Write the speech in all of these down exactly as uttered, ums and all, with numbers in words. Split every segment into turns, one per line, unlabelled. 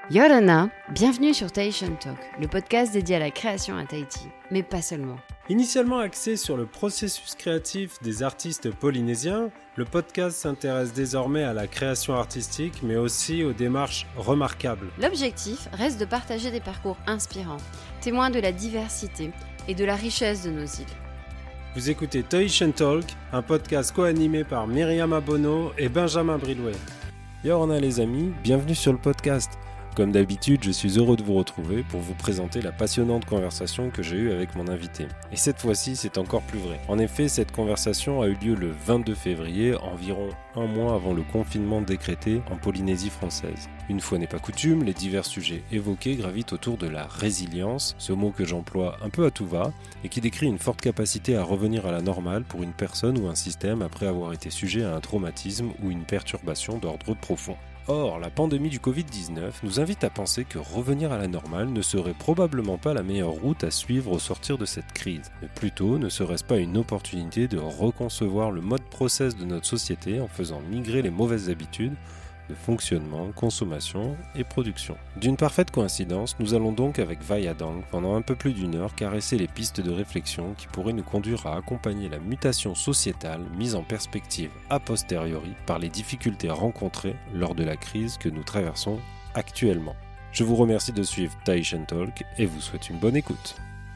Yorana, bienvenue sur Tahitian Talk, le podcast dédié à la création à Tahiti, mais pas seulement.
Initialement axé sur le processus créatif des artistes polynésiens, le podcast s'intéresse désormais à la création artistique, mais aussi aux démarches remarquables.
L'objectif reste de partager des parcours inspirants, témoins de la diversité et de la richesse de nos îles.
Vous écoutez Tahitian Talk, un podcast co-animé par Myriam Abono et Benjamin Brillouet. Yorana les amis, bienvenue sur le podcast. Comme d'habitude, je suis heureux de vous retrouver pour vous présenter la passionnante conversation que j'ai eue avec mon invité. Et cette fois-ci, c'est encore plus vrai. En effet, cette conversation a eu lieu le vingt-deux février, environ un mois avant le confinement décrété en Polynésie française. Une fois n'est pas coutume, les divers sujets évoqués gravitent autour de la résilience, ce mot que j'emploie un peu à tout va, et qui décrit une forte capacité à revenir à la normale pour une personne ou un système après avoir été sujet à un traumatisme ou une perturbation d'ordre profond. Or, la pandémie du covid dix-neuf nous invite à penser que revenir à la normale ne serait probablement pas la meilleure route à suivre au sortir de cette crise, mais plutôt ne serait-ce pas une opportunité de reconcevoir le mode process de notre société en faisant migrer les mauvaises habitudes de fonctionnement, consommation et production. D'une parfaite coïncidence, nous allons donc avec Vaya Dang pendant un peu plus d'une heure caresser les pistes de réflexion qui pourraient nous conduire à accompagner la mutation sociétale mise en perspective a posteriori par les difficultés rencontrées lors de la crise que nous traversons actuellement. Je vous remercie de suivre Tahitian Talk et vous souhaite une bonne écoute.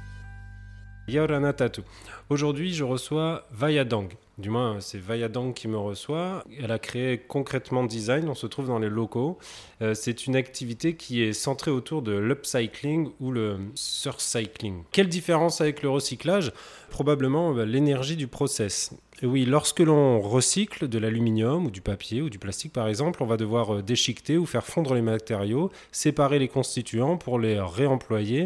Yorana Tatu. Aujourd'hui, je reçois Vaya Dang. Du moins, c'est Vaya Dang qui me reçoit. Elle a créé Concrètement Design, on se trouve dans les locaux. Euh, c'est une activité qui est centrée autour de l'upcycling ou le surcycling. Quelle différence avec le recyclage ? Probablement bah, l'énergie du process. Et oui, lorsque l'on recycle de l'aluminium ou du papier ou du plastique par exemple, on va devoir déchiqueter ou faire fondre les matériaux, séparer les constituants pour les réemployer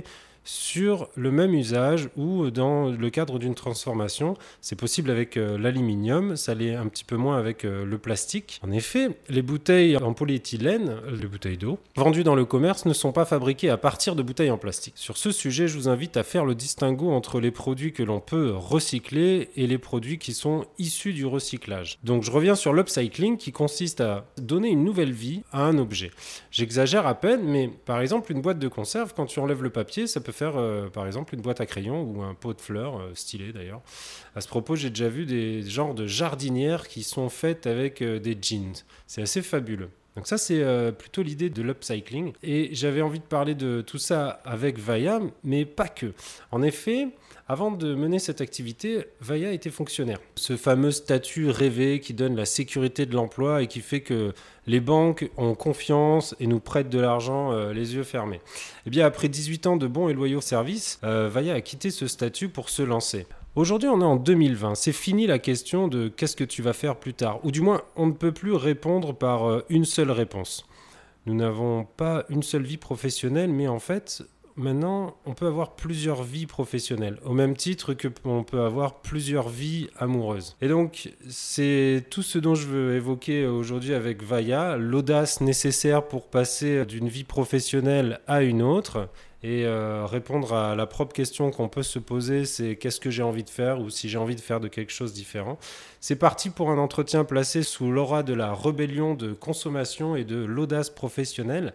sur le même usage ou dans le cadre d'une transformation. C'est possible avec euh, l'aluminium, ça l'est un petit peu moins avec euh, le plastique. En effet, les bouteilles en polyéthylène, les bouteilles d'eau, vendues dans le commerce ne sont pas fabriquées à partir de bouteilles en plastique. Sur ce sujet, je vous invite à faire le distinguo entre les produits que l'on peut recycler et les produits qui sont issus du recyclage. Donc je reviens sur l'upcycling qui consiste à donner une nouvelle vie à un objet. J'exagère à peine, mais par exemple une boîte de conserve, quand tu enlèves le papier, ça peut faire euh, par exemple une boîte à crayons ou un pot de fleurs, euh, stylé d'ailleurs. À ce propos, j'ai déjà vu des genres de jardinières qui sont faites avec euh, des jeans. C'est assez fabuleux. Donc ça, c'est euh, plutôt l'idée de l'upcycling. Et j'avais envie de parler de tout ça avec Vaya, mais pas que. En effet, avant de mener cette activité, Vaya était fonctionnaire. Ce fameux statut rêvé qui donne la sécurité de l'emploi et qui fait que les banques ont confiance et nous prêtent de l'argent euh, les yeux fermés. Eh bien, après dix-huit ans de bons et loyaux services, euh, Vaya a quitté ce statut pour se lancer. Aujourd'hui, on est en deux mille vingt. C'est fini la question de qu'est-ce que tu vas faire plus tard. Ou du moins, on ne peut plus répondre par euh, une seule réponse. Nous n'avons pas une seule vie professionnelle, mais en fait, maintenant, on peut avoir plusieurs vies professionnelles, au même titre qu'on peut avoir plusieurs vies amoureuses. Et donc, c'est tout ce dont je veux évoquer aujourd'hui avec Vaya, l'audace nécessaire pour passer d'une vie professionnelle à une autre. Et euh, répondre à la propre question qu'on peut se poser, c'est qu'est-ce que j'ai envie de faire ou si j'ai envie de faire de quelque chose de différent. C'est parti pour un entretien placé sous l'aura de la rébellion de consommation et de l'audace professionnelle.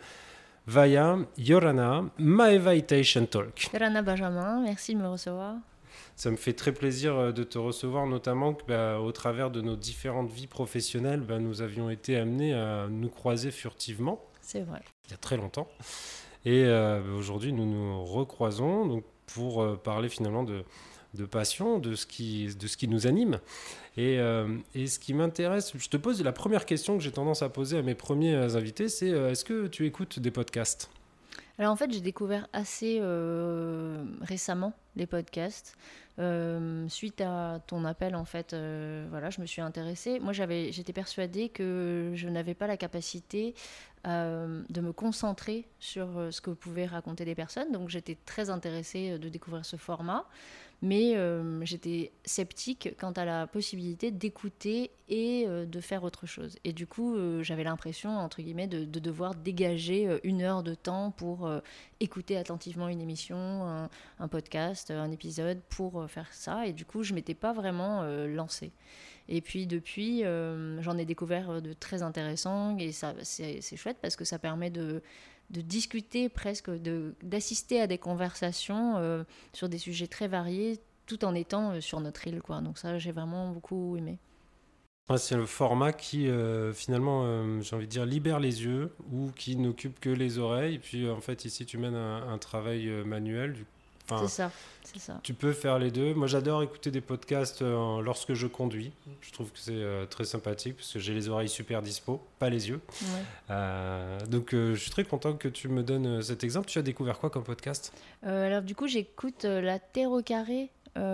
Vaya, Yorana, Maeva Tahitian Talk.
Yorana Benjamin, merci de me recevoir.
Ça me fait très plaisir de te recevoir, notamment que, bah, au travers de nos différentes vies professionnelles, bah, nous avions été amenés à nous croiser furtivement.
C'est vrai.
Il y a très longtemps. Et euh, aujourd'hui, nous nous recroisons donc, pour euh, parler finalement de, de passion, de ce, qui, de ce qui nous anime. Et, euh, et ce qui m'intéresse, je te pose la première question que j'ai tendance à poser à mes premiers invités, c'est euh, est-ce que tu écoutes des podcasts ?
Alors en fait, j'ai découvert assez euh, récemment les podcasts. Euh, suite à ton appel, en fait, euh, voilà, je me suis intéressée. Moi, j'avais, j'étais persuadée que je n'avais pas la capacité euh, de me concentrer sur ce que pouvaient raconter des personnes. Donc, j'étais très intéressée de découvrir ce format. Mais euh, j'étais sceptique quant à la possibilité d'écouter et euh, de faire autre chose. Et du coup, euh, j'avais l'impression, entre guillemets, de, de devoir dégager euh, une heure de temps pour euh, écouter attentivement une émission, un, un podcast, un épisode, pour euh, faire ça. Et du coup, je ne m'étais pas vraiment euh, lancée. Et puis depuis, euh, j'en ai découvert de très intéressants et ça, c'est, c'est chouette parce que ça permet de, de discuter presque, de, d'assister à des conversations euh, sur des sujets très variés tout en étant sur notre île, quoi. Donc ça, j'ai vraiment beaucoup aimé.
Ouais, c'est le format qui, euh, finalement, euh, j'ai envie de dire, libère les yeux ou qui n'occupe que les oreilles. Puis, euh, en fait, ici, tu mènes un, un travail euh, manuel. Du... Enfin,
c'est ça, c'est ça.
Tu peux faire les deux. Moi, j'adore écouter des podcasts euh, lorsque je conduis. Je trouve que c'est euh, très sympathique parce que j'ai les oreilles super dispo, pas les yeux.
Ouais.
Euh, donc, euh, je suis très content que tu me donnes euh, cet exemple. Tu as découvert quoi comme podcast ?
euh, Alors, du coup, j'écoute euh, La Terre au carré.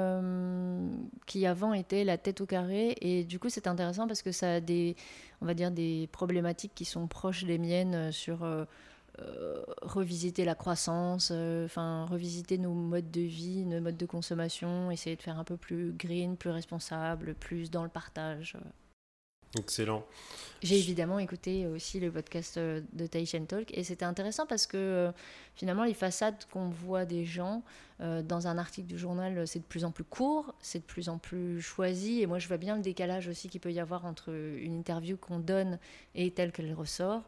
Euh, qui avant était La tête au carré, et du coup c'est intéressant parce que ça a des, on va dire, des problématiques qui sont proches des miennes sur euh, euh, revisiter la croissance, enfin euh, revisiter nos modes de vie, nos modes de consommation, essayer de faire un peu plus green, plus responsable, plus dans le partage.
Excellent.
J'ai évidemment écouté aussi le podcast de Taishan Talk et c'était intéressant parce que euh, finalement les façades qu'on voit des gens euh, dans un article du journal, c'est de plus en plus court, c'est de plus en plus choisi, et moi je vois bien le décalage aussi qu'il peut y avoir entre une interview qu'on donne et telle qu'elle ressort,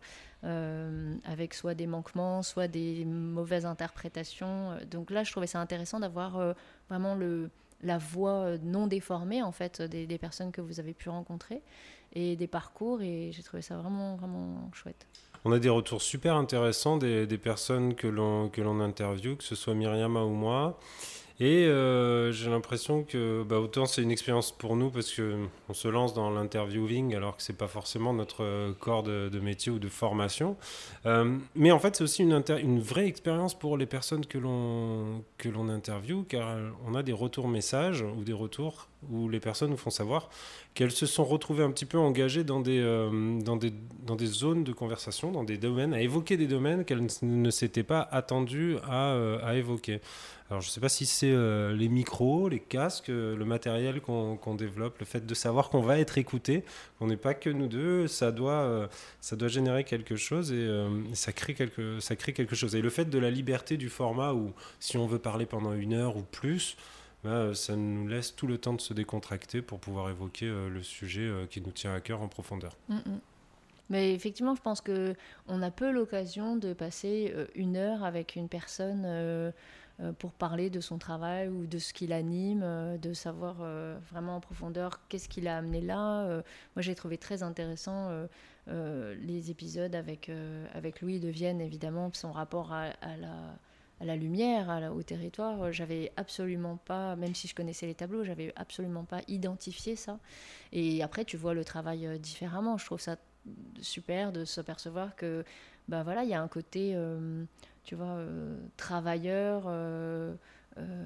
euh, avec soit des manquements, soit des mauvaises interprétations. Donc là je trouvais ça intéressant d'avoir euh, vraiment le, la voix non déformée en fait des, des personnes que vous avez pu rencontrer et des parcours, et j'ai trouvé ça vraiment, vraiment chouette.
On a des retours super intéressants des, des personnes que l'on, que l'on interviewe, que ce soit Myriama ou moi. Et euh, j'ai l'impression que bah, autant c'est une expérience pour nous parce qu'on se lance dans l'interviewing alors que ce n'est pas forcément notre corps de, de métier ou de formation. Euh, mais en fait, c'est aussi une, inter- une vraie expérience pour les personnes que l'on, que l'on interviewe, car on a des retours messages ou des retours où les personnes nous font savoir qu'elles se sont retrouvées un petit peu engagées dans des, euh, dans des, dans des zones de conversation, dans des domaines, à évoquer des domaines qu'elles ne s'étaient pas attendues à, euh, à évoquer. Alors, je ne sais pas si c'est euh, les micros, les casques, euh, le matériel qu'on, qu'on développe, le fait de savoir qu'on va être écouté, qu'on n'est pas que nous deux, ça doit, euh, ça doit générer quelque chose et euh, ça crée quelque, ça crée quelque chose. Et le fait de la liberté du format où si on veut parler pendant une heure ou plus, bah, ça nous laisse tout le temps de se décontracter pour pouvoir évoquer euh, le sujet euh, qui nous tient à cœur en profondeur.
Mm-mm. Mais effectivement, je pense qu'on a peu l'occasion de passer euh, une heure avec une personne euh, euh, pour parler de son travail ou de ce qui l'anime, euh, de savoir euh, vraiment en profondeur qu'est-ce qui l'a amené là. Euh, moi, j'ai trouvé très intéressant euh, euh, les épisodes avec, euh, avec Louis de Vienne, évidemment, son rapport à, à la... à la lumière, à la, au territoire. J'avais absolument pas, même si je connaissais les tableaux, j'avais absolument pas identifié ça. Et après, tu vois le travail euh, différemment. Je trouve ça super de s'apercevoir que, ben voilà, il y a un côté, euh, tu vois, euh, travailleur, euh, euh,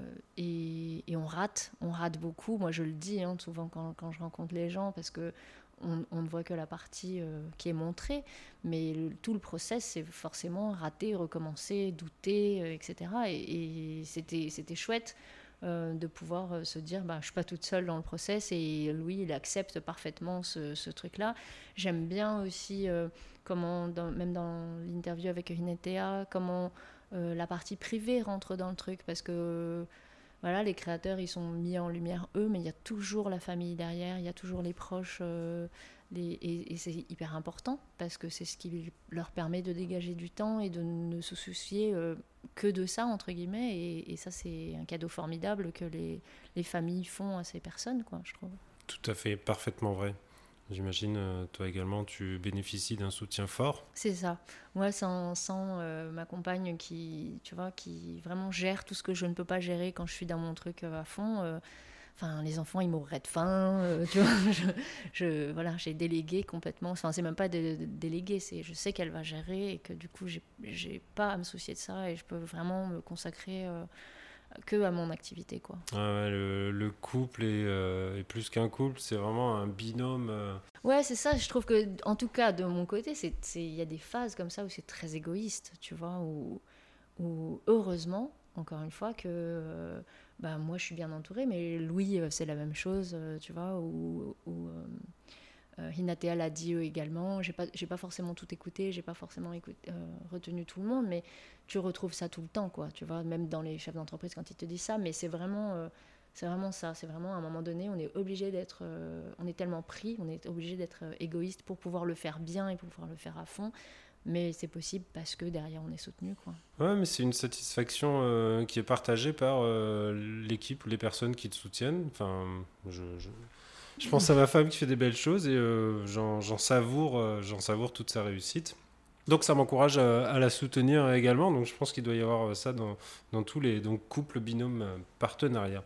et, et on rate, on rate beaucoup. Moi, je le dis hein, souvent quand, quand je rencontre les gens, parce que on, on ne voit que la partie euh, qui est montrée, mais le, tout le process, c'est forcément rater, recommencer, douter, euh, et cetera. Et, et c'était, c'était chouette euh, de pouvoir euh, se dire, bah, je ne suis pas toute seule dans le process, et Louis, il accepte parfaitement ce, ce truc-là. J'aime bien aussi, euh, comment, dans, même dans l'interview avec Hinetea, comment euh, la partie privée rentre dans le truc, parce que voilà, les créateurs, ils sont mis en lumière eux, mais il y a toujours la famille derrière, il y a toujours les proches, euh, les, et, et c'est hyper important parce que c'est ce qui leur permet de dégager du temps et de ne se soucier euh, que de ça, entre guillemets, et, et ça, c'est un cadeau formidable que les, les familles font à ces personnes, quoi, je trouve.
Tout à fait, parfaitement vrai. J'imagine, euh, toi également, tu bénéficies d'un soutien fort.
C'est ça. Moi, sans, sans euh, ma compagne qui, tu vois, qui vraiment gère tout ce que je ne peux pas gérer quand je suis dans mon truc euh, à fond. Euh, enfin, les enfants, ils mourraient de faim. Euh, tu vois, je, je, voilà, j'ai délégué complètement. Enfin, c'est même pas de, de déléguer, c'est je sais qu'elle va gérer et que du coup, j'ai, j'ai pas à me soucier de ça et je peux vraiment me consacrer euh, que à mon activité, quoi.
Ah ouais, le, le couple est, euh, est plus qu'un couple, c'est vraiment un binôme. Euh...
Ouais, c'est ça. Je trouve que, en tout cas, de mon côté, c'est, c'est, il y a des phases comme ça où c'est très égoïste, tu vois, où, où heureusement, encore une fois, que euh, bah, moi, je suis bien entourée, mais Louis, euh, c'est la même chose, euh, tu vois, ou euh, euh, Hinetea l'a dit eux également. J'ai pas, j'ai pas forcément tout écouté, j'ai pas forcément écouté, euh, retenu tout le monde, mais tu retrouves ça tout le temps, quoi, tu vois, même dans les chefs d'entreprise quand ils te disent ça, mais c'est vraiment... Euh, C'est vraiment ça, c'est vraiment à un moment donné, on est obligé d'être, euh, on est tellement pris, on est obligé d'être euh, égoïste pour pouvoir le faire bien et pour pouvoir le faire à fond. Mais c'est possible parce que derrière, on est soutenu, quoi.
Ouais, mais c'est une satisfaction euh, qui est partagée par euh, l'équipe ou les personnes qui te soutiennent. Enfin, je, je, je pense à ma femme qui fait des belles choses et euh, j'en, j'en savoure, euh, j'en savoure toute sa réussite. Donc ça m'encourage à, à la soutenir également. Donc je pense qu'il doit y avoir ça dans, dans tous les donc, couples, binômes, partenariats.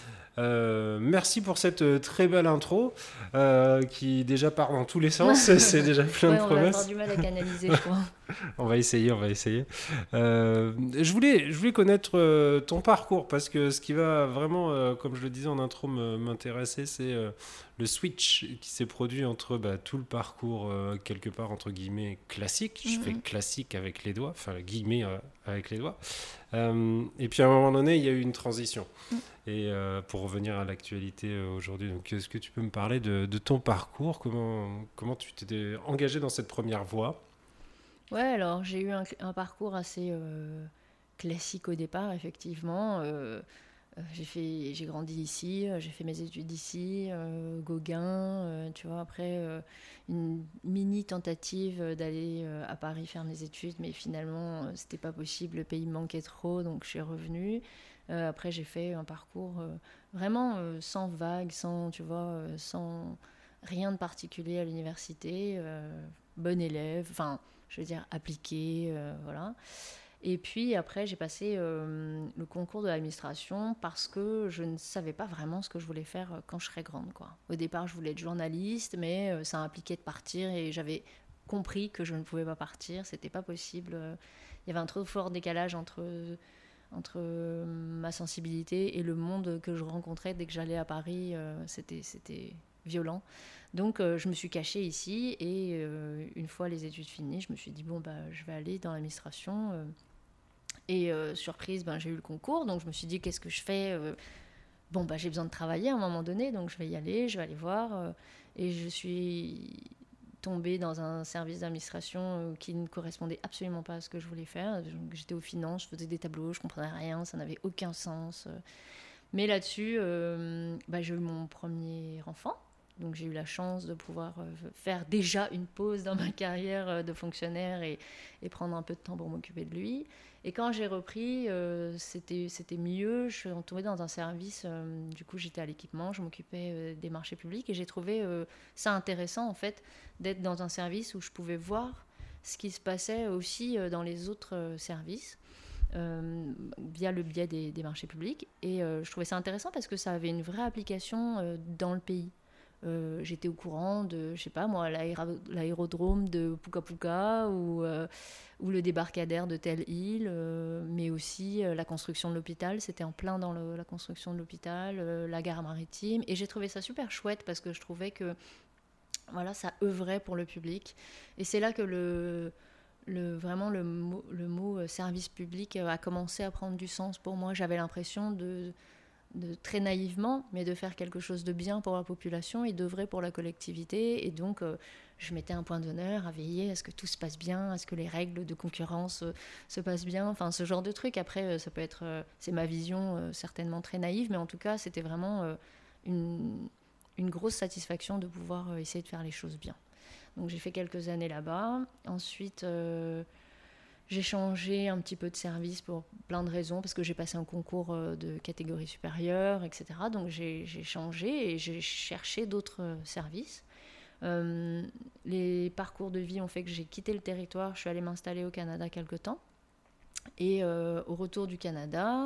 Euh, merci pour cette très belle intro euh, qui déjà part dans tous les sens. C'est déjà plein
ouais,
de
on
promesses.
On va avoir du mal à canaliser, je crois.
On va essayer, on va essayer. Euh, je, voulais, je voulais connaître euh, ton parcours parce que ce qui va vraiment, euh, comme je le disais en intro, me, m'intéresser, c'est euh, le switch qui s'est produit entre bah, tout le parcours, euh, quelque part, entre guillemets, classique. Je
Mm-hmm.
fais classique avec les doigts, enfin, guillemets euh, avec les doigts. Euh, et puis à un moment donné, il y a eu une transition. Mm. Et euh, pour revenir à l'actualité euh, aujourd'hui, donc, est-ce que tu peux me parler de, de ton parcours? Comment, comment tu t'es engagé dans cette première voie?
Ouais, alors j'ai eu un, un parcours assez euh, classique au départ, effectivement. Euh, euh, j'ai, fait, j'ai grandi ici, euh, j'ai fait mes études ici, euh, Gauguin, euh, tu vois. Après, euh, une mini tentative d'aller euh, à Paris faire mes études, mais finalement, euh, c'était pas possible, le pays me manquait trop, donc je suis revenue. Euh, après, j'ai fait un parcours euh, vraiment euh, sans vague, sans, tu vois, euh, sans rien de particulier à l'université. Euh, bon élève, enfin... je veux dire, appliqué, euh, voilà. Et puis après, j'ai passé euh, le concours de l'administration parce que je ne savais pas vraiment ce que je voulais faire quand je serais grande, quoi. Au départ, je voulais être journaliste, mais euh, ça impliquait de partir et j'avais compris que je ne pouvais pas partir, c'était pas possible. Il y avait un trop fort décalage entre, entre ma sensibilité et le monde que je rencontrais dès que j'allais à Paris. Euh, c'était, c'était violent. Donc euh, je me suis cachée ici et euh, une fois les études finies, je me suis dit bon bah je vais aller dans l'administration euh, et euh, surprise ben j'ai eu le concours, donc je me suis dit qu'est-ce que je fais euh, bon bah j'ai besoin de travailler à un moment donné, donc je vais y aller, je vais aller voir euh, et je suis tombée dans un service d'administration euh, qui ne correspondait absolument pas à ce que je voulais faire. Donc, j'étais aux finances, je faisais des tableaux, je comprenais rien, ça n'avait aucun sens. Mais là-dessus, euh, bah, j'ai eu mon premier enfant. Donc j'ai eu la chance de pouvoir euh, faire déjà une pause dans ma carrière euh, de fonctionnaire et, et prendre un peu de temps pour m'occuper de lui. Et quand j'ai repris, euh, c'était, c'était mieux. Je suis tombée dans un service, euh, du coup j'étais à l'équipement, je m'occupais euh, des marchés publics et j'ai trouvé euh, ça intéressant en fait d'être dans un service où je pouvais voir ce qui se passait aussi euh, dans les autres euh, services. Euh, via le biais des, des marchés publics. Et euh, je trouvais ça intéressant parce que ça avait une vraie application euh, dans le pays. Euh, j'étais au courant de, je sais pas moi, l'aéro- l'aérodrome de Puka Puka ou, euh, ou le débarcadère de telle île, euh, mais aussi euh, la construction de l'hôpital. C'était en plein dans le, la construction de l'hôpital, euh, la gare maritime. Et j'ai trouvé ça super chouette parce que je trouvais que voilà, ça œuvrait pour le public. Et c'est là que le... Le, vraiment le mot, le mot service public a commencé à prendre du sens pour moi. J'avais l'impression de, de très naïvement, mais de faire quelque chose de bien pour la population et d'œuvrer pour la collectivité. Et donc, euh, je mettais un point d'honneur à veiller à ce que tout se passe bien, à ce que les règles de concurrence euh, se passent bien. Enfin, ce genre de truc. Après, euh, ça peut être, euh, c'est ma vision euh, certainement très naïve, mais en tout cas, c'était vraiment euh, une, une grosse satisfaction de pouvoir euh, essayer de faire les choses bien. Donc j'ai fait quelques années là-bas. Ensuite, euh, j'ai changé un petit peu de service pour plein de raisons, parce que j'ai passé un concours de catégorie supérieure, et cetera. Donc j'ai, j'ai changé et j'ai cherché d'autres services. Euh, les parcours de vie ont fait que j'ai quitté le territoire. Je suis allée m'installer au Canada quelque temps. Et euh, au retour du Canada,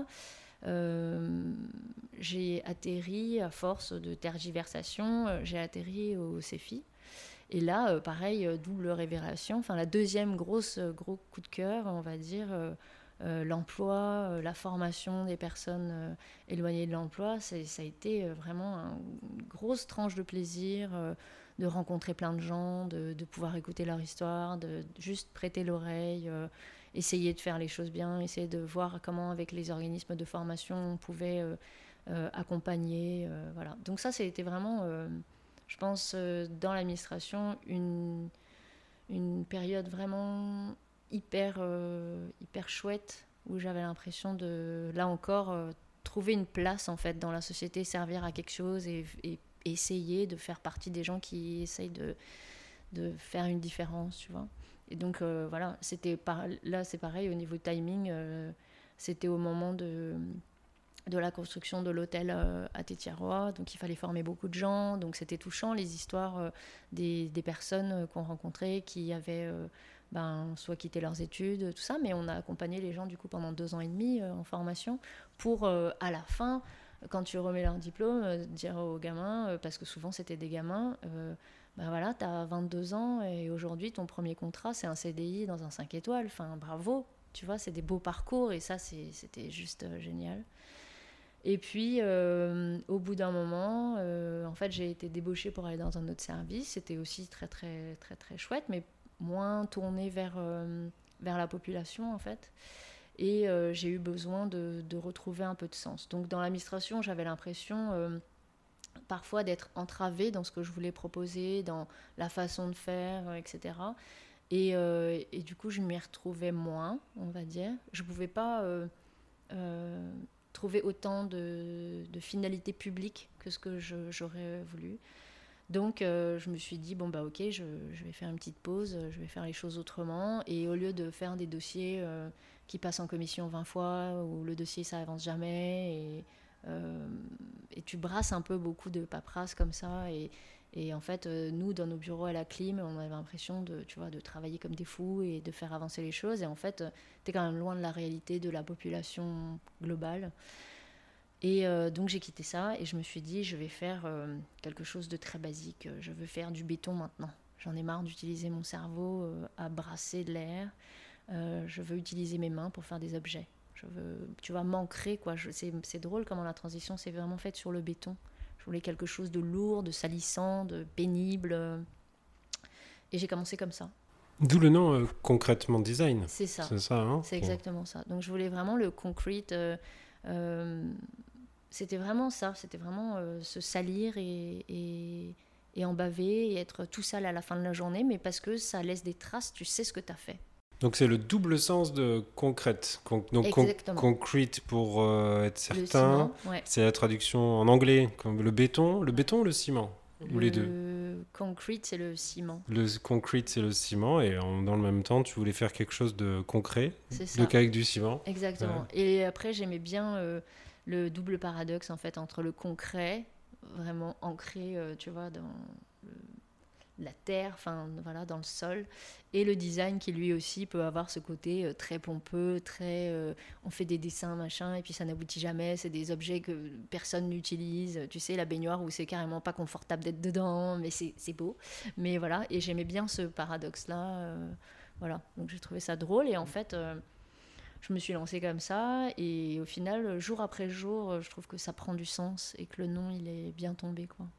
euh, j'ai atterri, à force de tergiversation, j'ai atterri au C E F I. Et là, euh, pareil, euh, double révélation. Enfin, la deuxième grosse, euh, gros coup de cœur, on va dire, euh, euh, l'emploi, euh, la formation des personnes euh, éloignées de l'emploi, c'est, ça a été euh, vraiment une grosse tranche de plaisir, euh, de rencontrer plein de gens, de, de pouvoir écouter leur histoire, de, de juste prêter l'oreille, euh, essayer de faire les choses bien, essayer de voir comment, avec les organismes de formation, on pouvait euh, euh, accompagner. Euh, voilà. Donc ça, c'était vraiment... Euh, je pense, euh, dans l'administration, une, une période vraiment hyper, euh, hyper chouette, où j'avais l'impression de, là encore, euh, trouver une place en fait dans la société, servir à quelque chose et, et essayer de faire partie des gens qui essayent de, de faire une différence, tu vois. Et donc euh, voilà, c'était par, là c'est pareil au niveau timing, euh, c'était au moment de, de la construction de l'hôtel euh, à Tétiaroa, donc il fallait former beaucoup de gens, donc c'était touchant les histoires euh, des, des personnes euh, qu'on rencontrait qui avaient euh, ben, soit quitté leurs études, tout ça, mais on a accompagné les gens du coup pendant deux ans et demi euh, en formation pour euh, à la fin, quand tu remets leur diplôme, euh, dire aux gamins, euh, parce que souvent c'était des gamins, euh, ben voilà, tu as vingt-deux ans et aujourd'hui ton premier contrat c'est un C D I dans un cinq étoiles, enfin bravo, tu vois, c'est des beaux parcours et ça c'est, c'était juste euh, génial. Et puis, euh, au bout d'un moment, euh, en fait, j'ai été débauchée pour aller dans un autre service. C'était aussi très, très, très, très chouette, mais moins tourné vers, euh, vers la population, en fait. Et euh, j'ai eu besoin de, de retrouver un peu de sens. Donc, dans l'administration, j'avais l'impression euh, parfois d'être entravée dans ce que je voulais proposer, dans la façon de faire, et cetera. Et, euh, et du coup, je m'y retrouvais moins, on va dire. Je ne pouvais pas... Euh, euh, trouver autant de, de finalité publique que ce que je, j'aurais voulu. Donc, euh, je me suis dit, bon, bah ok, je, je vais faire une petite pause, je vais faire les choses autrement. Et au lieu de faire des dossiers euh, qui passent en commission vingt fois, où le dossier, ça avance jamais, et, euh, et tu brasses un peu beaucoup de paperasse comme ça. Et, et en fait, euh, nous, dans nos bureaux à la clim, on avait l'impression de, tu vois, de travailler comme des fous et de faire avancer les choses. Et en fait, euh, t'es quand même loin de la réalité de la population globale. Et euh, donc j'ai quitté ça et je me suis dit je vais faire euh, quelque chose de très basique. Je veux faire du béton maintenant. J'en ai marre d'utiliser mon cerveau euh, à brasser de l'air. Euh, je veux utiliser mes mains pour faire des objets. Je veux, tu vois, m'ancrer quoi. Je, c'est, c'est drôle comment la transition s'est vraiment faite sur le béton. Je voulais quelque chose de lourd, de salissant, de pénible. Et j'ai commencé comme ça.
D'où le nom euh, concrètement design.
C'est ça.
C'est ça, hein.
C'est exactement ça. Donc je voulais vraiment le concrete. Euh, euh, c'était vraiment ça. C'était vraiment euh, se salir et, et, et en baver et être tout sale à la fin de la journée, mais parce que ça laisse des traces, tu sais ce que tu as fait.
Donc c'est le double sens de concrète. Con- donc con- concrete pour euh, être certain. Le ciment, ouais. C'est la traduction en anglais, comme le béton. Le béton ou le ciment ?
Le
ou les deux.
Concrete, c'est le ciment.
Le concrete, c'est le ciment. Et en, dans le même temps, tu voulais faire quelque chose de concret,
c'est
donc avec du ciment.
Exactement. Ouais. Et après, j'aimais bien euh, le double paradoxe, en fait, entre le concret, vraiment ancré, euh, tu vois, dans le, la terre, enfin, voilà, dans le sol, et le design qui, lui aussi, peut avoir ce côté euh, très pompeux, très... Euh, on fait des dessins, machin, et puis ça n'aboutit jamais, c'est des objets que personne n'utilise. Tu sais, la baignoire où c'est carrément pas confortable d'être dedans, mais c'est, c'est beau. Mais voilà, et j'aimais bien ce paradoxe-là. Euh, voilà, donc j'ai trouvé ça drôle, et en fait... Euh, je me suis lancée comme ça et au final, jour après jour, je trouve que ça prend du sens et que le nom, il est bien tombé, quoi.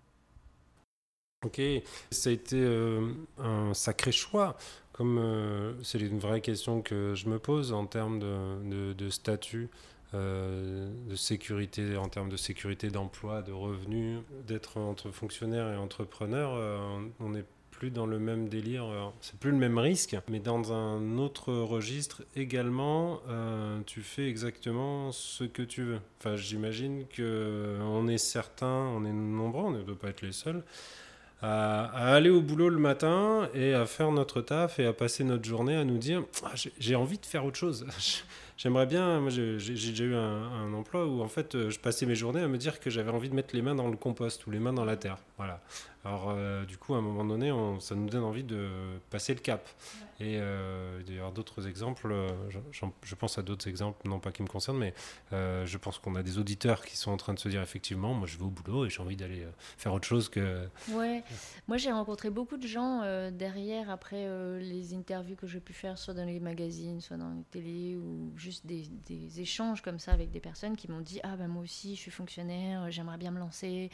Ok, ça a été euh, un sacré choix. Comme euh, c'est une vraie question que je me pose en termes de, de, de statut, euh, de sécurité, en termes de sécurité d'emploi, de revenus, d'être entre fonctionnaire et entrepreneur, euh, on est plus dans le même délire, c'est plus le même risque, mais dans un autre registre également, euh, tu fais exactement ce que tu veux. Enfin, j'imagine qu'on est certains, on est nombreux, on ne doit pas être les seuls, à, à aller au boulot le matin et à faire notre taf et à passer notre journée à nous dire ah, j'ai, j'ai envie de faire autre chose. J'aimerais bien, moi j'ai, j'ai, j'ai déjà eu un, un emploi où en fait je passais mes journées à me dire que j'avais envie de mettre les mains dans le compost ou les mains dans la terre. Voilà. Alors euh, du coup à un moment donné on, ça nous donne envie de passer le cap. Ouais. Et euh, il y a d'autres exemples, je, je pense à d'autres exemples, non pas qui me concernent, mais euh, je pense qu'on a des auditeurs qui sont en train de se dire effectivement moi je vais au boulot et j'ai envie d'aller faire autre chose que...
Ouais, moi j'ai rencontré beaucoup de gens euh, derrière après euh, les interviews que j'ai pu faire soit dans les magazines, soit dans les télés ou juste des, des échanges comme ça avec des personnes qui m'ont dit ah ben moi aussi je suis fonctionnaire, j'aimerais bien me lancer.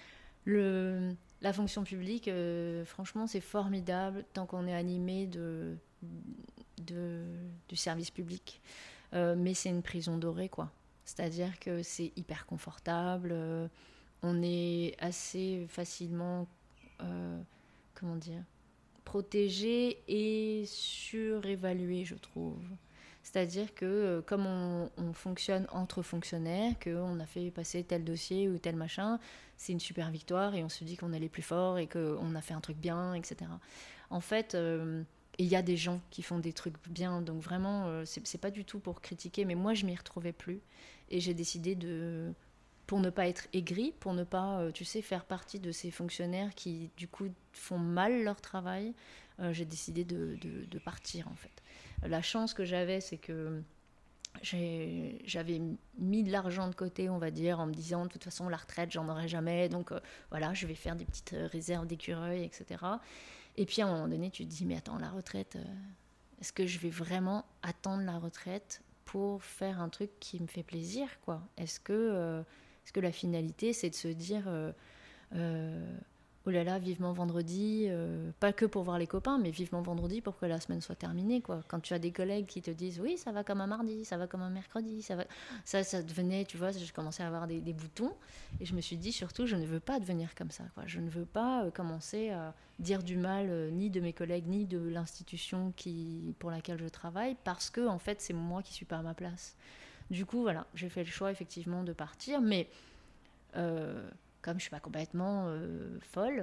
Le, la fonction publique, euh, franchement c'est formidable tant qu'on est animé de, de, du service public, euh, mais c'est une prison dorée quoi. C'est-à-dire que c'est hyper confortable, euh, on est assez facilement euh, comment dire, protégé et surévalué je trouve. C'est-à-dire que euh, comme on, on fonctionne entre fonctionnaires, qu'on a fait passer tel dossier ou tel machin, c'est une super victoire et on se dit qu'on est les plus forts et qu'on a fait un truc bien, et cetera. En fait, euh, il y a des gens qui font des trucs bien, donc vraiment, euh, c'est, c'est pas du tout pour critiquer, mais moi, je m'y retrouvais plus. Et j'ai décidé de... pour ne pas être aigrie, pour ne pas, euh, tu sais, faire partie de ces fonctionnaires qui, du coup, font mal leur travail, euh, j'ai décidé de, de, de partir, en fait. La chance que j'avais, c'est que j'ai, j'avais mis de l'argent de côté, on va dire, en me disant, de toute façon, la retraite, j'en aurai jamais, donc euh, voilà, je vais faire des petites réserves d'écureuil, et cetera. Et puis, à un moment donné, tu te dis, mais attends, la retraite, euh, est-ce que je vais vraiment attendre la retraite pour faire un truc qui me fait plaisir, quoi ? Est-ce que... Euh, Est-ce que la finalité, c'est de se dire euh, euh, oh là là, vivement vendredi, euh, pas que pour voir les copains, mais vivement vendredi pour que la semaine soit terminée, quoi. Quand tu as des collègues qui te disent oui, ça va comme un mardi, ça va comme un mercredi, ça va... ça, ça devenait, tu vois, j'ai commencé à avoir des, des boutons et je me suis dit surtout, je ne veux pas devenir comme ça, quoi. Je ne veux pas euh, commencer à dire du mal euh, ni de mes collègues ni de l'institution qui, pour laquelle je travaille, parce que en fait, c'est moi qui suis pas à ma place. Du coup, voilà, j'ai fait le choix effectivement de partir, mais euh, comme je suis pas complètement euh, folle,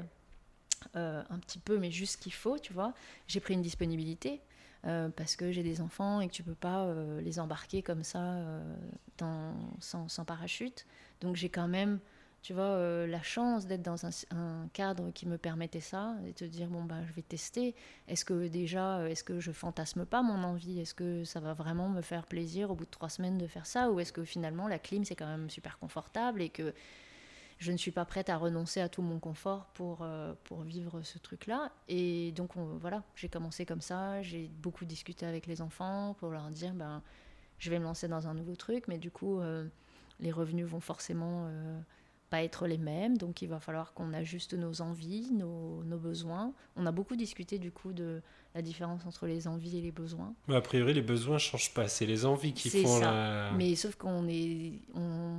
euh, un petit peu, mais juste ce qu'il faut, tu vois, j'ai pris une disponibilité euh, parce que j'ai des enfants et que tu peux pas euh, les embarquer comme ça euh, dans, sans, sans parachute. Donc j'ai quand même, tu vois, euh, la chance d'être dans un, un cadre qui me permettait ça et te dire bon bah je vais tester. Est-ce que déjà, est-ce que je fantasme pas mon envie ? Est-ce que ça va vraiment me faire plaisir au bout de trois semaines de faire ça ? Ou est-ce que finalement la clim c'est quand même super confortable et que je ne suis pas prête à renoncer à tout mon confort pour, euh, pour vivre ce truc-là ? Et donc on, voilà, j'ai commencé comme ça, j'ai beaucoup discuté avec les enfants pour leur dire ben je vais me lancer dans un nouveau truc, mais du coup euh, les revenus vont forcément euh, pas être les mêmes, donc il va falloir qu'on ajuste nos envies, nos, nos besoins. On a beaucoup discuté du coup de la différence entre les envies et les besoins.
Mais a priori, les besoins ne changent pas, c'est les envies qui
c'est
font
ça.
la...
Mais sauf qu'on est... On,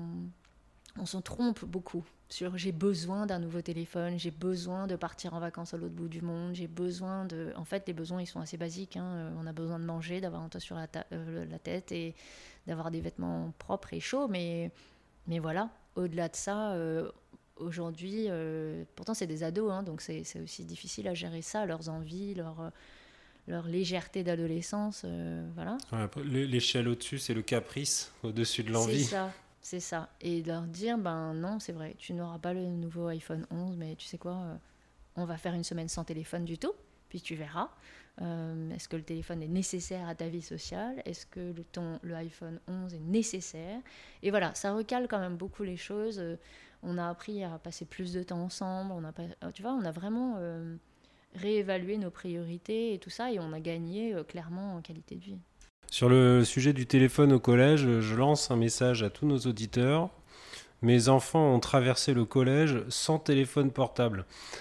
on s'en trompe beaucoup sur j'ai besoin d'un nouveau téléphone, j'ai besoin de partir en vacances à l'autre bout du monde, j'ai besoin de... En fait, les besoins, ils sont assez basiques. Hein. On a besoin de manger, d'avoir un toit sur la, ta... euh, la tête et d'avoir des vêtements propres et chauds, mais, mais voilà. Au-delà de ça, euh, aujourd'hui, euh, pourtant c'est des ados, hein, donc c'est, c'est aussi difficile à gérer ça, leurs envies, leur, leur légèreté d'adolescence, euh, voilà.
Ouais, l'échelle au-dessus, c'est le caprice, au-dessus de l'envie.
C'est ça, c'est ça. Et leur dire, ben non, c'est vrai, tu n'auras pas le nouveau iPhone onze, mais tu sais quoi, euh, on va faire une semaine sans téléphone du tout, puis tu verras. Euh, est-ce que le téléphone est nécessaire à ta vie sociale ? Est-ce que le, ton, le iPhone onze est nécessaire ? Et voilà, ça recale quand même beaucoup les choses. Euh, on a appris à passer plus de temps ensemble. On a pas, tu vois, on a vraiment euh, réévalué nos priorités et tout ça, et on a gagné euh, clairement en qualité de vie.
Sur le sujet du téléphone au collège, je lance un message à tous nos auditeurs. Mes enfants ont traversé le collège sans téléphone portable.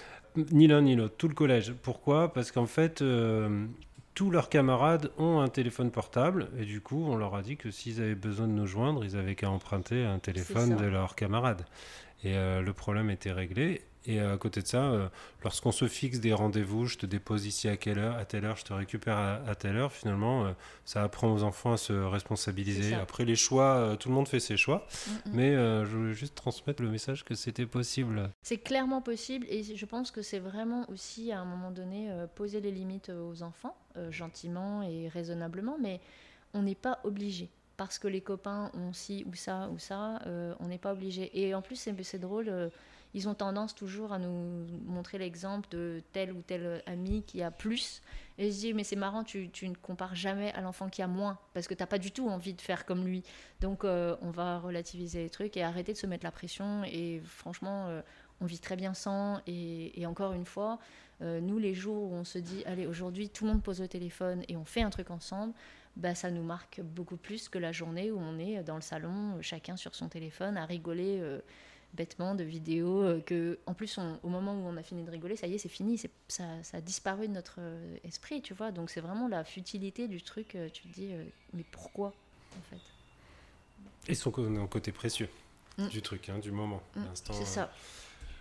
Ni l'un ni l'autre, tout le collège. Pourquoi ? Parce qu'en fait, euh, tous leurs camarades ont un téléphone portable et du coup, on leur a dit que s'ils avaient besoin de nous joindre, ils avaient qu'à emprunter un téléphone de leurs camarades. Et euh, le problème était réglé. Et à côté de ça, euh, lorsqu'on se fixe des rendez-vous, je te dépose ici à quelle heure, à telle heure, je te récupère à, à telle heure, finalement, euh, ça apprend aux enfants à se responsabiliser. Après les choix, euh, tout le monde fait ses choix, mm-hmm. mais euh, je voulais juste transmettre le message que c'était possible.
C'est clairement possible et je pense que c'est vraiment aussi, à un moment donné, euh, poser les limites aux enfants, euh, gentiment et raisonnablement, mais on n'est pas obligé. Parce que les copains ont ci ou ça ou ça, euh, on n'est pas obligé. Et en plus, c'est, c'est drôle... Euh, ils ont tendance toujours à nous montrer l'exemple de tel ou tel ami qui a plus. Et je dis, mais c'est marrant, tu, tu ne compares jamais à l'enfant qui a moins, parce que tu n'as pas du tout envie de faire comme lui. Donc, euh, on va relativiser les trucs et arrêter de se mettre la pression. Et franchement, euh, on vit très bien sans. Et, et encore une fois, euh, nous, les jours où on se dit, allez, aujourd'hui, tout le monde pose le téléphone et on fait un truc ensemble, bah, ça nous marque beaucoup plus que la journée où on est dans le salon, chacun sur son téléphone, à rigoler... Euh, bêtement de vidéos euh, que en plus on, au moment où on a fini de rigoler, ça y est, c'est fini, c'est, ça, ça a disparu de notre euh, esprit, tu vois. Donc c'est vraiment la futilité du truc, euh, tu te dis euh, mais pourquoi en fait.
Et son côté précieux mm. du truc, hein, du moment,
mm.
l'instant.
C'est ça.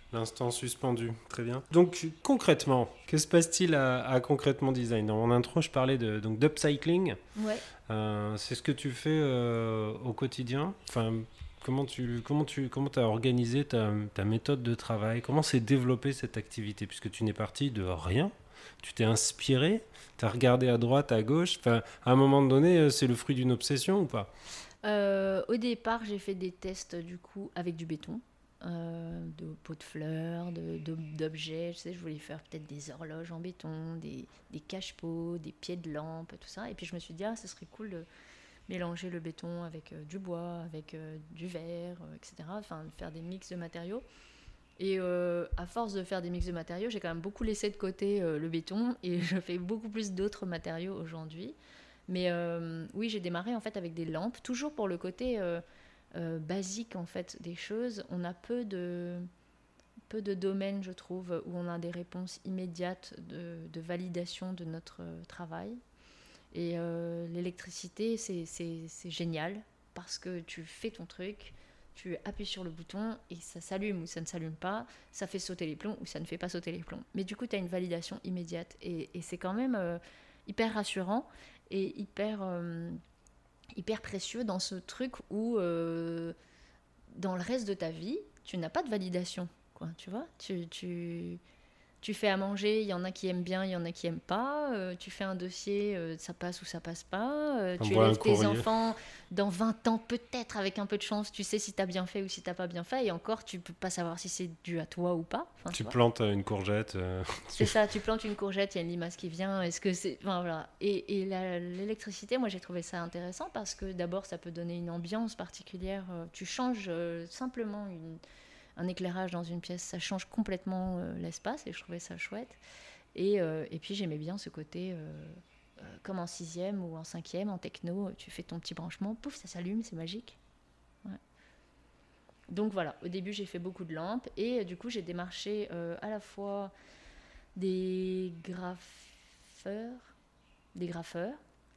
L'instant suspendu, très bien. Donc concrètement, que se passe-t-il à, à Concrètement Design ? Dans mon intro, je parlais de, donc, d'upcycling.
Ouais.
Euh, c'est ce que tu fais euh, au quotidien. Enfin, comment tu comment tu comment t'as organisé ta, ta méthode de travail ? Comment s'est développée cette activité ? Puisque tu n'es parti de rien, tu t'es inspiré, tu as regardé à droite, à gauche. Enfin, à un moment donné, c'est le fruit d'une obsession ou pas ?
Euh, au départ, j'ai fait des tests du coup avec du béton. Euh, de pots de fleurs, de, de, d'objets. Je sais, je voulais faire peut-être des horloges en béton, des, des cache-pots, des pieds de lampe, tout ça. Et puis je me suis dit, ah, ce serait cool de mélanger le béton avec euh, du bois, avec euh, du verre, euh, et cetera. Enfin, faire des mix de matériaux. Et euh, à force de faire des mix de matériaux, j'ai quand même beaucoup laissé de côté euh, le béton et je fais beaucoup plus d'autres matériaux aujourd'hui. Mais euh, oui, j'ai démarré en fait avec des lampes, toujours pour le côté... Euh, Euh, basique en fait des choses. On a peu de, peu de domaines, je trouve, où on a des réponses immédiates de, de validation de notre travail. Et euh, l'électricité, c'est, c'est, c'est génial parce que tu fais ton truc, tu appuies sur le bouton et ça s'allume ou ça ne s'allume pas, ça fait sauter les plombs ou ça ne fait pas sauter les plombs. Mais du coup, tu as une validation immédiate et, et c'est quand même euh, hyper rassurant et hyper... Euh, hyper précieux dans ce truc où euh, dans le reste de ta vie tu n'as pas de validation quoi, tu vois, tu, tu, tu fais à manger, il y en a qui aiment bien, il y en a qui aiment pas, euh, tu fais un dossier, euh, ça passe ou ça passe pas, euh, tu élèves tes enfants, dans vingt ans peut-être avec un peu de chance tu sais si t'as bien fait ou si t'as pas bien fait, et encore tu peux pas savoir si c'est dû à toi ou pas. Enfin,
tu
tu
plantes une courgette euh...
c'est ça, tu plantes une courgette, il y a une limace qui vient, est-ce que c'est... Enfin, voilà. Et, et la, l'électricité, moi j'ai trouvé ça intéressant parce que d'abord ça peut donner une ambiance particulière, tu changes euh, simplement une... un éclairage dans une pièce, ça change complètement euh, l'espace et je trouvais ça chouette. Et, euh, et puis j'aimais bien ce côté, euh, euh, comme en sixième ou en cinquième, en techno, tu fais ton petit branchement, pouf, ça s'allume, c'est magique. Ouais. Donc voilà, au début j'ai fait beaucoup de lampes et euh, du coup j'ai démarché euh, à la fois des graffeurs, des graffeurs.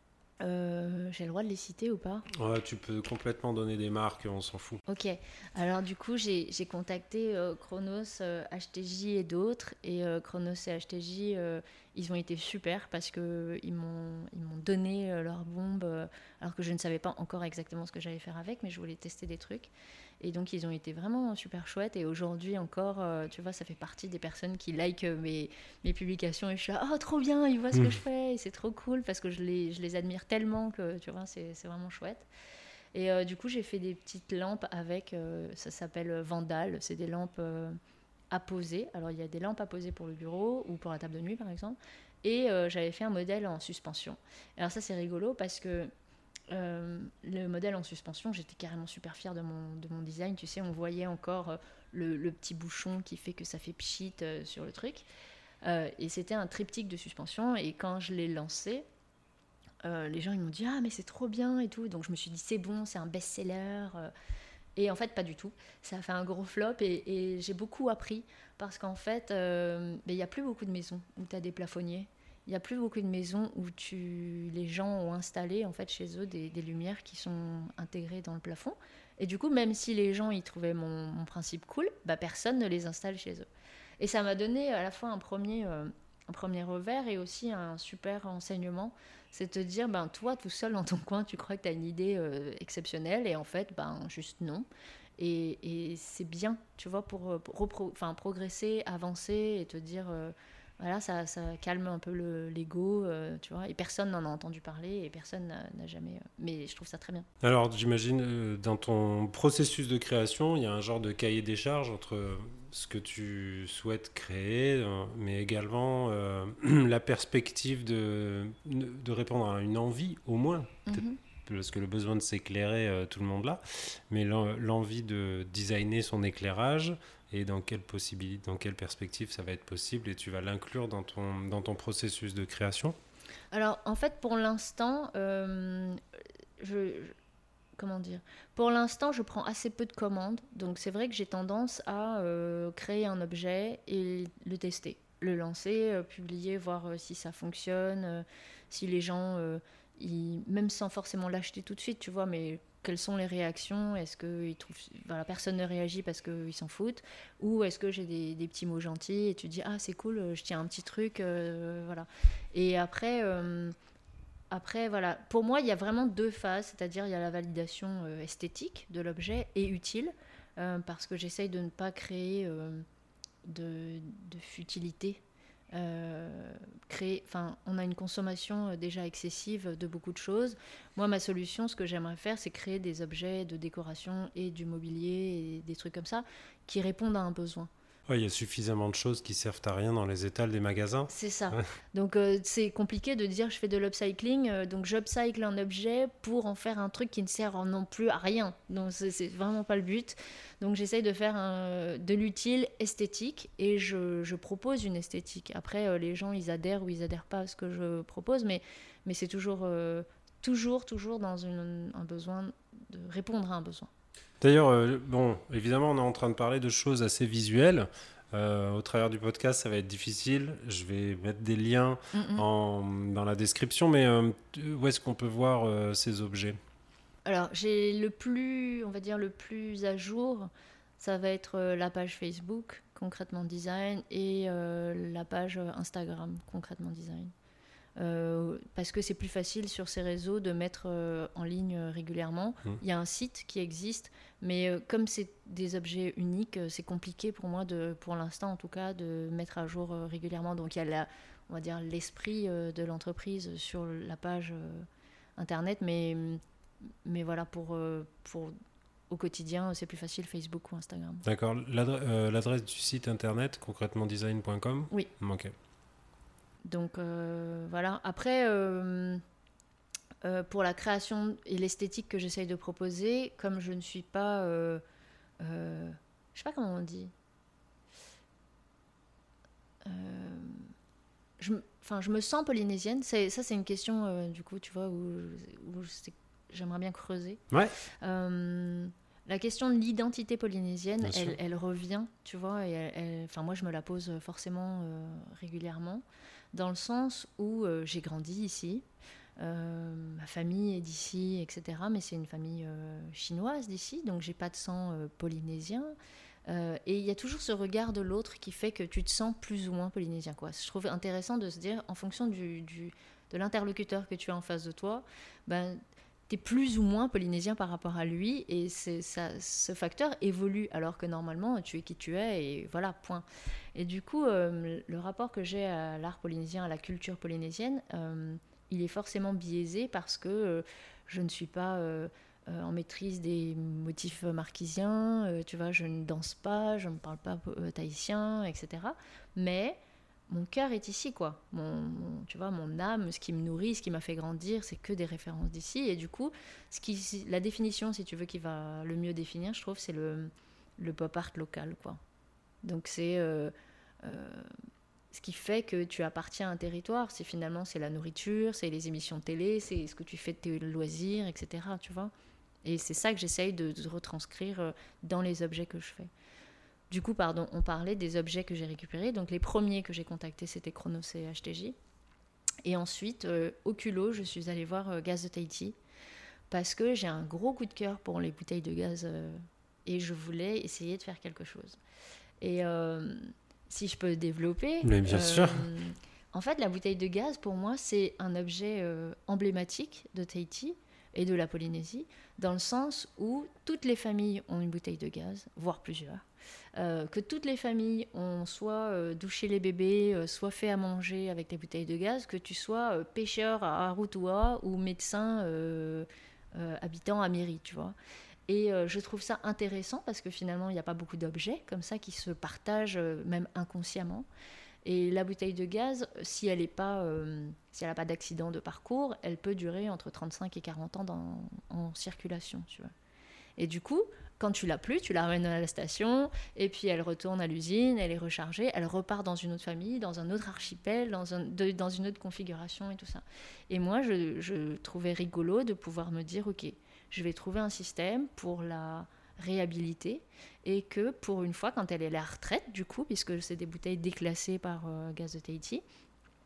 Euh, j'ai le droit de les citer ou pas ?
Ouais, tu peux complètement donner des marques, on s'en fout.
Ok, alors du coup j'ai, j'ai contacté euh, Chronos, euh, H T J et d'autres, et euh, Chronos et H T J, euh, ils ont été super parce qu'ils m'ont, ils m'ont donné euh, leur bombe, euh, alors que je ne savais pas encore exactement ce que j'allais faire avec, mais je voulais tester des trucs. Et donc ils ont été vraiment super chouettes, et aujourd'hui encore, euh, tu vois, ça fait partie des personnes qui likent mes, mes publications, et je suis là, oh trop bien, ils voient ce mmh. que je fais, et c'est trop cool parce que je les, je les admire tellement que, tu vois, c'est, c'est vraiment chouette. Et euh, du coup, j'ai fait des petites lampes avec, euh, ça s'appelle Vandal, c'est des lampes euh, à poser. Alors, il y a des lampes à poser pour le bureau ou pour la table de nuit, par exemple. Et euh, j'avais fait un modèle en suspension. Alors ça, c'est rigolo parce que euh, le modèle en suspension, j'étais carrément super fière de mon, de mon design. Tu sais, on voyait encore euh, le, le petit bouchon qui fait que ça fait pchit euh, sur le truc. Euh, et c'était un triptyque de suspension. Et quand je l'ai lancé, Euh, les gens ils m'ont dit ah mais c'est trop bien et tout, donc je me suis dit c'est bon, c'est un best-seller, euh, et en fait pas du tout, ça a fait un gros flop, et, et j'ai beaucoup appris parce qu'en fait il euh, n'y a plus beaucoup de maisons où tu as des plafonniers, il n'y a plus beaucoup de maisons où tu... les gens ont installé en fait chez eux des, des lumières qui sont intégrées dans le plafond, et du coup même si les gens ils trouvaient mon, mon principe cool, bah, personne ne les installe chez eux, et ça m'a donné à la fois un premier, euh, un premier revers et aussi un super enseignement. C'est te dire, ben, toi, tout seul dans ton coin, tu crois que tu as une idée euh, exceptionnelle, et en fait, ben, juste non. Et, et c'est bien, tu vois, pour, pour repro- enfin, progresser, avancer et te dire, euh, voilà, ça, ça calme un peu le, l'ego, euh, tu vois. Et personne n'en a entendu parler et personne n'a, n'a jamais... Euh, mais je trouve ça très bien.
Alors, j'imagine, euh, dans ton processus de création, il y a un genre de cahier des charges entre ce que tu souhaites créer, euh, mais également euh, la perspective de, de répondre à une envie, au moins, mm-hmm. parce que le besoin de s'éclairer, euh, tout le monde l'a, mais l'envie de designer son éclairage, et dans quelle possibilité, dans quelle perspective ça va être possible, et tu vas l'inclure dans ton, dans ton processus de création.
Alors, en fait, pour l'instant, euh, je... je... Comment dire ? Pour l'instant, je prends assez peu de commandes, donc c'est vrai que j'ai tendance à euh, créer un objet et le tester, le lancer, euh, publier, voir euh, si ça fonctionne, euh, si les gens, euh, ils, même sans forcément l'acheter tout de suite, tu vois, mais quelles sont les réactions. Est-ce que ils trouvent, voilà, personne ne réagit parce qu'ils s'en foutent, ou est-ce que j'ai des, des petits mots gentils et tu te dis ah c'est cool, je tiens un petit truc, euh, voilà. Et après, euh, après voilà, pour moi il y a vraiment deux phases, c'est-à-dire il y a la validation euh, esthétique de l'objet et utile, euh, parce que j'essaye de ne pas créer euh, de, de futilité. Euh, créer, enfin, on a une consommation déjà excessive de beaucoup de choses. Moi, ma solution, ce que j'aimerais faire, c'est créer des objets de décoration et du mobilier et des trucs comme ça qui répondent à un besoin.
Ouais, il y a suffisamment de choses qui servent à rien dans les étals des magasins.
C'est ça.
Ouais.
Donc euh, c'est compliqué de dire je fais de l'upcycling, euh, donc j'upcycle un objet pour en faire un truc qui ne sert non plus à rien. Donc c'est, c'est vraiment pas le but. Donc j'essaye de faire un, de l'utile esthétique et je, je propose une esthétique. Après euh, les gens ils adhèrent ou ils adhèrent pas à ce que je propose, mais, mais c'est toujours, euh, toujours, toujours dans une, un besoin de répondre à un besoin.
D'ailleurs, euh, bon, évidemment, on est en train de parler de choses assez visuelles. Euh, au travers du podcast, ça va être difficile. Je vais mettre des liens
Mm-mm.
en, dans la description, mais euh, où est-ce qu'on peut voir euh, ces objets ?
Alors, j'ai le plus, on va dire, le plus à jour, ça va être euh, la page Facebook, Concrètement Design, et euh, la page Instagram, Concrètement Design. Euh, parce que c'est plus facile sur ces réseaux de mettre euh, en ligne euh, régulièrement.
Mmh.
Il y a un site qui existe, mais euh, comme c'est des objets uniques, euh, c'est compliqué pour moi, de, pour l'instant en tout cas, de mettre à jour euh, régulièrement. Donc il y a la, on va dire, l'esprit euh, de l'entreprise sur la page euh, internet, mais, mais voilà, pour, euh, pour au quotidien, c'est plus facile Facebook ou Instagram.
D'accord. L'adre- euh, l'adresse du site internet, concrètement design point com ?
Oui.
Ok.
Donc euh, voilà. Après, euh, euh, pour la création et l'esthétique que j'essaye de proposer, comme je ne suis pas, euh, euh, je sais pas comment on dit. Euh, je, enfin, je me sens polynésienne. C'est, ça, c'est une question euh, du coup, tu vois, où, où c'est, j'aimerais bien creuser.
Ouais.
Euh, la question de l'identité polynésienne,
Bien sûr.
elle, elle revient, tu vois. Et elle, elle, enfin, moi, je me la pose forcément euh, régulièrement. Dans le sens où euh, j'ai grandi ici, euh, ma famille est d'ici, et cetera. Mais c'est une famille euh, chinoise d'ici, donc j'ai pas de sang euh, polynésien. Euh, et il y a toujours ce regard de l'autre qui fait que tu te sens plus ou moins polynésien, quoi. Je trouve intéressant de se dire, en fonction du, du, de l'interlocuteur que tu as en face de toi, ben, tu es plus ou moins polynésien par rapport à lui, et c'est, ça, ce facteur évolue, alors que normalement, tu es qui tu es, et voilà, point. Et du coup, euh, le rapport que j'ai à l'art polynésien, à la culture polynésienne, euh, il est forcément biaisé parce que euh, je ne suis pas euh, euh, en maîtrise des motifs marquisiens, euh, tu vois, je ne danse pas, je ne parle pas euh, tahitien, et cetera. Mais mon cœur est ici, quoi. Mon, mon, tu vois, mon âme, ce qui me nourrit, ce qui m'a fait grandir, c'est que des références d'ici. Et du coup, ce qui, la définition, si tu veux, qui va le mieux définir, je trouve, c'est le, le pop art local, quoi. Donc c'est euh, euh, ce qui fait que tu appartiens à un territoire. C'est finalement c'est la nourriture, c'est les émissions de télé, c'est ce que tu fais de tes loisirs, et cetera. Tu vois. Et c'est ça que j'essaye de, de retranscrire dans les objets que je fais. Du coup, pardon, on parlait des objets que j'ai récupérés. Donc les premiers que j'ai contactés, c'était Chronos et H T J. Et ensuite, euh, au culot, je suis allée voir euh, Gaz de Tahiti parce que j'ai un gros coup de cœur pour les bouteilles de gaz euh, et je voulais essayer de faire quelque chose. Et euh, si je peux développer...
Mais bien
euh,
sûr.
En fait, la bouteille de gaz, pour moi, c'est un objet euh, emblématique de Tahiti et de la Polynésie, dans le sens où toutes les familles ont une bouteille de gaz, voire plusieurs. Euh, que toutes les familles ont soit euh, douché les bébés, euh, soit fait à manger avec des bouteilles de gaz, que tu sois euh, pêcheur à Arutua ou médecin euh, euh, habitant à Miri, tu vois. Et euh, je trouve ça intéressant parce que finalement, il n'y a pas beaucoup d'objets comme ça qui se partagent, euh, même inconsciemment. Et la bouteille de gaz, si elle n'a pas, euh, si elle pas d'accident de parcours, elle peut durer entre trente-cinq et quarante ans dans, en circulation, tu vois. Et du coup, quand tu l'as plus, tu la ramènes à la station, et puis elle retourne à l'usine, elle est rechargée, elle repart dans une autre famille, dans un autre archipel, dans, un, de, dans une autre configuration et tout ça. Et moi, je, je trouvais rigolo de pouvoir me dire, ok, je vais trouver un système pour la réhabiliter, et que pour une fois, quand elle est à la retraite, du coup, puisque c'est des bouteilles déclassées par euh, Gaz de Tahiti,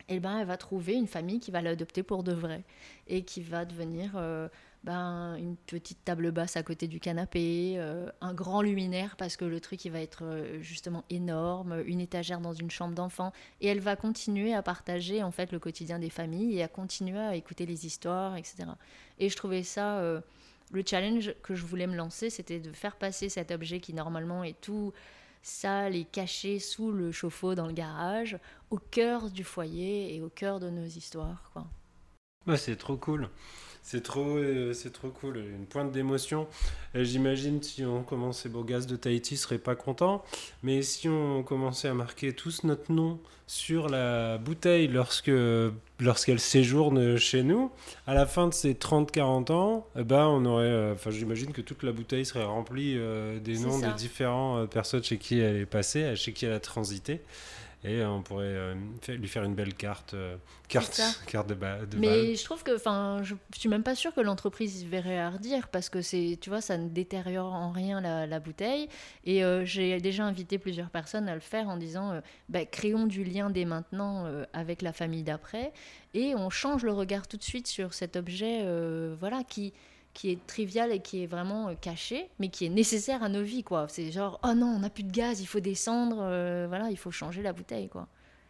et ben, elle va trouver une famille qui va l'adopter pour de vrai et qui va devenir euh, ben, une petite table basse à côté du canapé, euh, un grand luminaire parce que le truc il va être euh, justement énorme, une étagère dans une chambre d'enfant, et elle va continuer à partager en fait le quotidien des familles et à continuer à écouter les histoires, et cetera. Et je trouvais ça, euh, le challenge que je voulais me lancer, c'était de faire passer cet objet qui normalement est tout sale et caché sous le chauffe-eau dans le garage, au cœur du foyer et au cœur de nos histoires, quoi.
Ouais, c'est trop cool. C'est trop, euh, c'est trop cool. Une pointe d'émotion. Et j'imagine si on commençait, bon, Gaz de Tahiti serait pas content, mais si on commençait à marquer tous notre nom sur la bouteille lorsque, lorsqu'elle séjourne chez nous, à la fin de ces trente à quarante ans, eh ben, on aurait, enfin, euh, j'imagine que toute la bouteille serait remplie euh, des
C'est
noms
ça.
des différentes personnes chez qui elle est passée, chez qui elle a transité. Et on pourrait euh, lui faire une belle carte, euh, carte, carte de, ba- de
Mais
balle.
je trouve que, enfin, je, je suis même pas sûre que l'entreprise verrait hardir parce que c'est, tu vois, ça ne détériore en rien la, la bouteille. Et euh, j'ai déjà invité plusieurs personnes à le faire en disant, euh, bah, créons du lien dès maintenant euh, avec la famille d'après et on change le regard tout de suite sur cet objet, euh, voilà, qui qui est trivial et qui est vraiment euh, caché, mais qui est nécessaire à nos vies, quoi. C'est genre, oh non, on n'a plus de gaz, il faut descendre, euh, voilà, il faut changer la bouteille, quoi.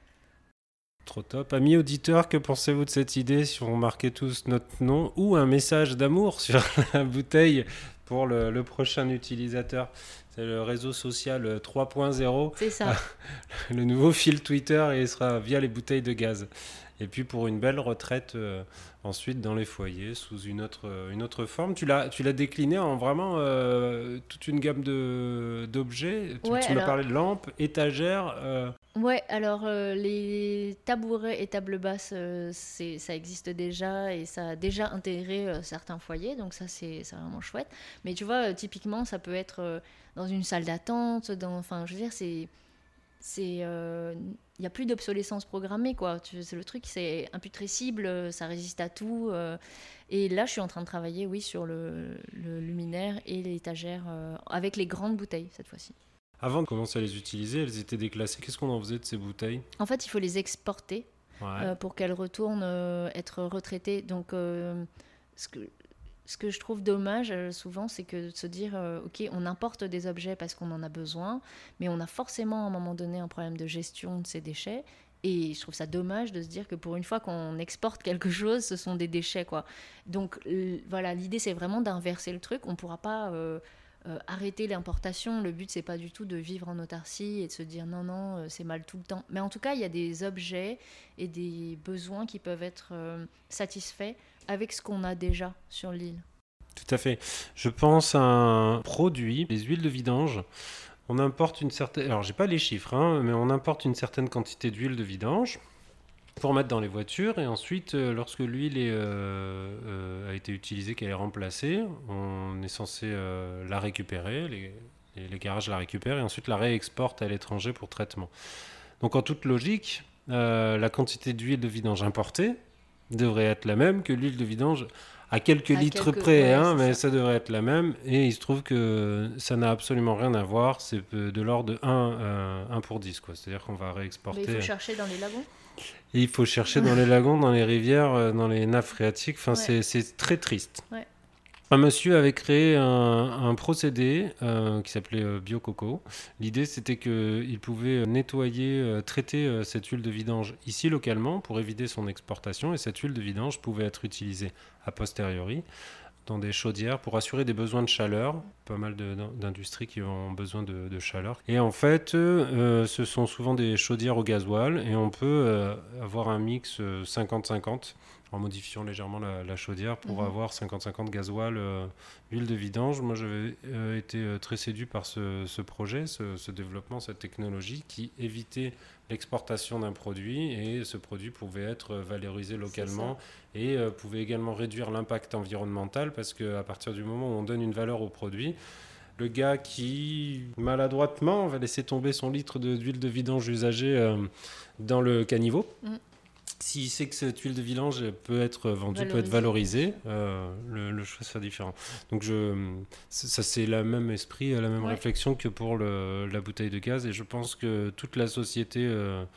Trop top. Amis auditeurs, que pensez-vous de cette idée si on marquait tous notre nom ou un message d'amour sur la bouteille pour le, le prochain utilisateur? C'est le réseau social trois point zéro.
C'est ça.
Le nouveau fil Twitter, et il sera via les bouteilles de gaz. Et puis pour une belle retraite euh, ensuite dans les foyers sous une autre, euh, une autre forme. Tu l'as, tu l'as décliné en vraiment euh, toute une gamme de, d'objets. Tu,
Ouais,
tu m'as
alors...
parlé de lampes, étagères. Euh...
Ouais, alors euh, les tabourets et tables basses, euh, c'est, ça existe déjà et ça a déjà intégré euh, certains foyers, donc ça c'est, c'est vraiment chouette. Mais tu vois, euh, typiquement, ça peut être euh, dans une salle d'attente, dans, enfin, je veux dire, c'est... c'est euh, il n'y a plus d'obsolescence programmée, quoi. Tu, c'est le truc, c'est imputrescible, ça résiste à tout. Euh, et là, je suis en train de travailler, oui, sur le, le luminaire et l'étagère, euh, avec les grandes bouteilles, cette fois-ci.
Avant de commencer à les utiliser, elles étaient déclassées. Qu'est-ce qu'on en faisait de ces bouteilles ?
En fait, il faut les exporter
Ouais.
euh, pour qu'elles retournent euh, être retraitées. Donc, euh, ce que... Ce que je trouve dommage euh, souvent, c'est que de se dire, euh, ok, on importe des objets parce qu'on en a besoin, mais on a forcément à un moment donné un problème de gestion de ces déchets. Et je trouve ça dommage de se dire que pour une fois qu'on exporte quelque chose, ce sont des déchets, quoi. Donc l- voilà, l'idée c'est vraiment d'inverser le truc. On ne pourra pas euh, euh, arrêter l'importation. Le but c'est pas du tout de vivre en autarcie et de se dire non, non, euh, c'est mal tout le temps. Mais en tout cas, il y a des objets et des besoins qui peuvent être euh, satisfaits avec ce qu'on a déjà sur l'île.
Tout à fait. Je pense à un produit, les huiles de vidange. On importe une certaine... Alors, j'ai pas les chiffres, hein, mais on importe une certaine quantité d'huile de vidange pour mettre dans les voitures. Et ensuite, euh, lorsque l'huile est, euh, euh, a été utilisée, qu'elle est remplacée, on est censé euh, la récupérer. Les, les, les garages la récupèrent et ensuite la réexportent à l'étranger pour traitement. Donc, en toute logique, euh, la quantité d'huile de vidange importée devrait être la même que l'huile de vidange à quelques
à
litres
quelques...
près,
ouais,
hein, mais
ça.
ça devrait être la même. Et il se trouve que ça n'a absolument rien à voir. C'est de l'ordre de un, euh, un pour dix, quoi. C'est-à-dire qu'on va réexporter.
Mais il faut chercher dans les lagons.
Et il faut chercher dans les lagons, dans les rivières, dans les nappes phréatiques. Enfin,
Ouais.
c'est, c'est très triste.
Ouais.
Un monsieur avait créé un, un procédé euh, qui s'appelait euh, BioCoco. L'idée, c'était qu'il pouvait nettoyer, euh, traiter euh, cette huile de vidange ici localement pour éviter son exportation. Et cette huile de vidange pouvait être utilisée a posteriori dans des chaudières pour assurer des besoins de chaleur. Pas mal de, d'industries qui ont besoin de, de chaleur. Et en fait, euh, ce sont souvent des chaudières au gasoil et on peut euh, avoir un mix euh, cinquante cinquante en modifiant légèrement la, la chaudière pour mmh. avoir cinquante cinquante gasoil, euh, huile de vidange. Moi, j'avais euh, été euh, très séduit par ce, ce projet, ce, ce développement, cette technologie qui évitait l'exportation d'un produit et ce produit pouvait être valorisé localement et euh, pouvait également réduire l'impact environnemental parce qu'à partir du moment où on donne une valeur au produit, le gars qui, maladroitement, va laisser tomber son litre de, d'huile de vidange usagée euh, dans le caniveau, mmh. S'il sait que cette huile de vidange peut être vendue, Valorisé. peut être valorisée, euh, le, le choix sera différent. Donc je, ça c'est le même esprit, la même ouais. réflexion que pour le, la bouteille de gaz. Et je pense que toute la société euh,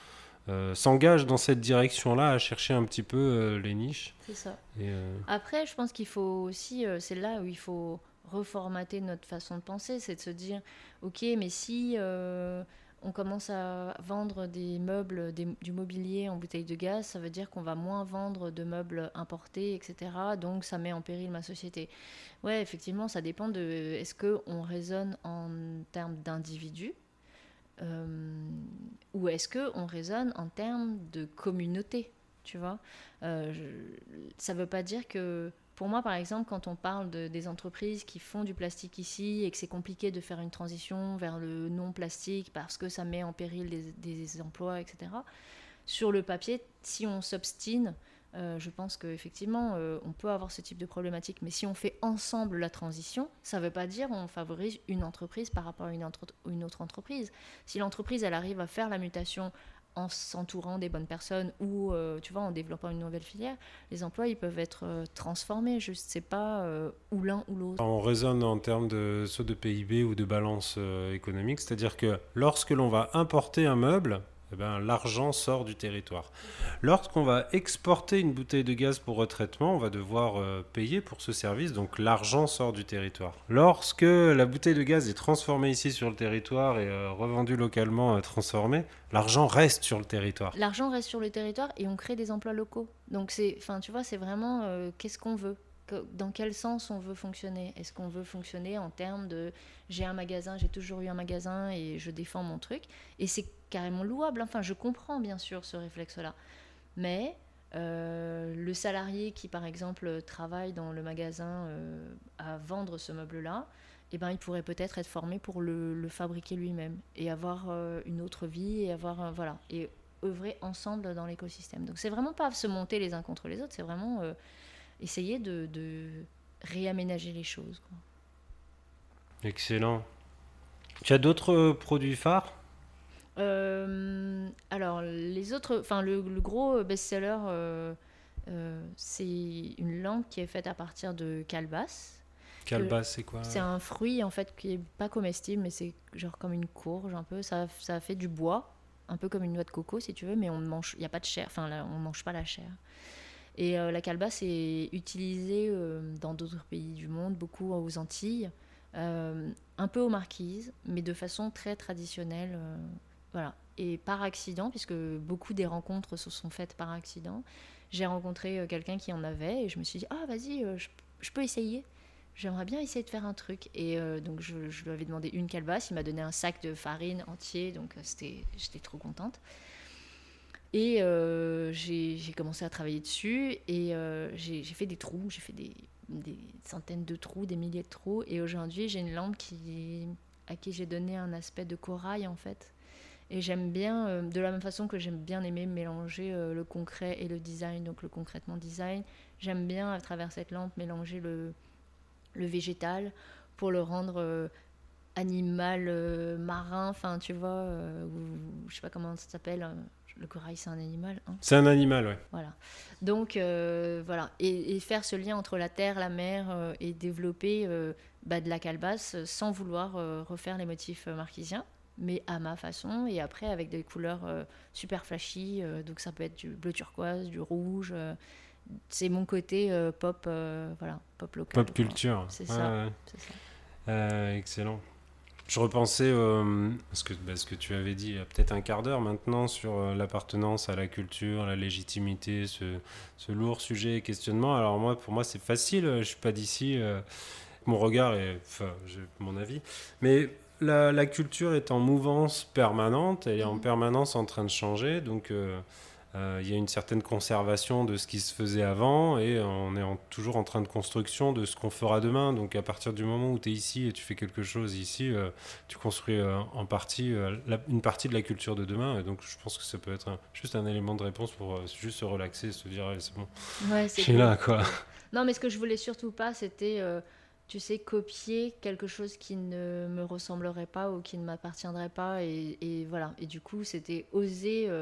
euh, s'engagent dans cette direction-là, à chercher un petit peu euh, les niches.
C'est ça.
Et, euh...
Après, je pense qu'il faut aussi, euh, c'est là où il faut reformater notre façon de penser, c'est de se dire, ok, mais si euh, on commence à vendre des meubles, des, du mobilier en bouteille de gaz, ça veut dire qu'on va moins vendre de meubles importés, et cetera. Donc ça met en péril ma société. Ouais, effectivement, ça dépend de, est-ce qu'on raisonne en termes d'individus euh, ou est-ce qu'on raisonne en termes de communauté, tu vois. euh, je, ça ne veut pas dire que... Pour moi, par exemple, quand on parle de, des entreprises qui font du plastique ici et que c'est compliqué de faire une transition vers le non-plastique parce que ça met en péril des, des emplois, et cetera. Sur le papier, si on s'obstine, euh, je pense qu'effectivement, euh, on peut avoir ce type de problématique. Mais si on fait ensemble la transition, ça ne veut pas dire qu'on favorise une entreprise par rapport à une, entre, une autre entreprise. Si l'entreprise, elle arrive à faire la mutation en s'entourant des bonnes personnes ou euh, tu vois, en développant une nouvelle filière, les emplois ils peuvent être euh, transformés, je ne sais pas euh, ou l'un ou l'autre.
On raisonne en termes de soit de P I B ou de balance euh, économique, c'est-à-dire que lorsque l'on va importer un meuble, eh ben, l'argent sort du territoire. Lorsqu'on va exporter une bouteille de gaz pour retraitement, on va devoir euh, payer pour ce service, donc l'argent sort du territoire. Lorsque la bouteille de gaz est transformée ici sur le territoire et euh, revendue localement euh, transformée, l'argent reste sur le territoire.
L'argent reste sur le territoire et on crée des emplois locaux. Donc c'est, enfin, tu vois, c'est vraiment euh, qu'est-ce qu'on veut, dans quel sens on veut fonctionner. Est-ce qu'on veut fonctionner en termes de j'ai un magasin, j'ai toujours eu un magasin et je défends mon truc, et c'est carrément louable, enfin je comprends bien sûr ce réflexe-là, mais euh, le salarié qui par exemple travaille dans le magasin euh, à vendre ce meuble-là, eh ben, il pourrait peut-être être formé pour le, le fabriquer lui-même et avoir euh, une autre vie et avoir euh, voilà, et œuvrer ensemble dans l'écosystème. Donc c'est vraiment pas se monter les uns contre les autres, c'est vraiment euh, essayer de, de réaménager les choses, quoi.
Excellent. Tu as d'autres produits phares ?
Euh, alors les autres, enfin le, le gros best-seller, euh, euh, c'est une lampe qui est faite à partir de calebasse.
Calebasse, c'est quoi ?
C'est un fruit en fait qui est pas comestible, mais c'est genre comme une courge un peu. Ça, ça fait du bois, un peu comme une noix de coco si tu veux, mais on mange, il y a pas de chair. Enfin, là, on mange pas la chair. Et euh, la calebasse est utilisée euh, dans d'autres pays du monde, beaucoup aux Antilles, euh, un peu aux Marquises, mais de façon très traditionnelle. Euh, Voilà. Et par accident, puisque beaucoup des rencontres se sont faites par accident, j'ai rencontré quelqu'un qui en avait et je me suis dit, ah vas-y, je, je peux essayer. J'aimerais bien essayer de faire un truc. Et euh, donc je, je lui avais demandé une calebasse, il m'a donné un sac de farine entier, donc c'était, j'étais trop contente. Et euh, j'ai, j'ai commencé à travailler dessus et euh, j'ai, j'ai fait des trous, j'ai fait des, des centaines de trous, des milliers de trous. Et aujourd'hui, j'ai une lampe qui, à qui j'ai donné un aspect de corail en fait. Et j'aime bien, euh, de la même façon que j'aime bien aimer mélanger euh, le concret et le design, donc le concrètement design, j'aime bien à travers cette lampe mélanger le, le végétal pour le rendre euh, animal, euh, marin, enfin tu vois, euh, ou, je sais pas comment ça s'appelle, euh, le corail c'est un animal, hein.
C'est un animal, ouais.
Voilà. Donc euh, voilà, et, et faire ce lien entre la terre, la mer euh, et développer euh, bah, de la calebasse sans vouloir euh, refaire les motifs euh, marquisiens, mais à ma façon, et après avec des couleurs euh, super flashy, euh, donc ça peut être du bleu turquoise, du rouge, euh, c'est mon côté euh, pop, euh, voilà, pop local.
Pop culture.
Quoi. C'est,
ouais,
ça,
ouais.
c'est ça.
Euh, excellent. Je repensais euh, à ce que, bah, ce que tu avais dit il y a peut-être un quart d'heure maintenant sur euh, l'appartenance à la culture, la légitimité, ce, ce lourd sujet et questionnement. Alors moi, pour moi, c'est facile, je suis pas d'ici, euh, mon regard est, enfin, j'ai mon avis, mais La, la culture est en mouvance permanente, elle est en permanence en train de changer, donc euh, euh, il y a une certaine conservation de ce qui se faisait avant et on est en, toujours en train de construction de ce qu'on fera demain. Donc à partir du moment où tu es ici et tu fais quelque chose ici, euh, tu construis euh, en partie euh, la, une partie de la culture de demain. Et donc je pense que ça peut être un, juste un élément de réponse pour euh, juste se relaxer et se dire allez, c'est bon,
ouais, c'est
je suis
cool.
là quoi.
Non, mais ce que je voulais surtout pas, c'était... Euh... tu sais, copier quelque chose qui ne me ressemblerait pas ou qui ne m'appartiendrait pas. Et, et voilà. Et du coup, c'était oser euh,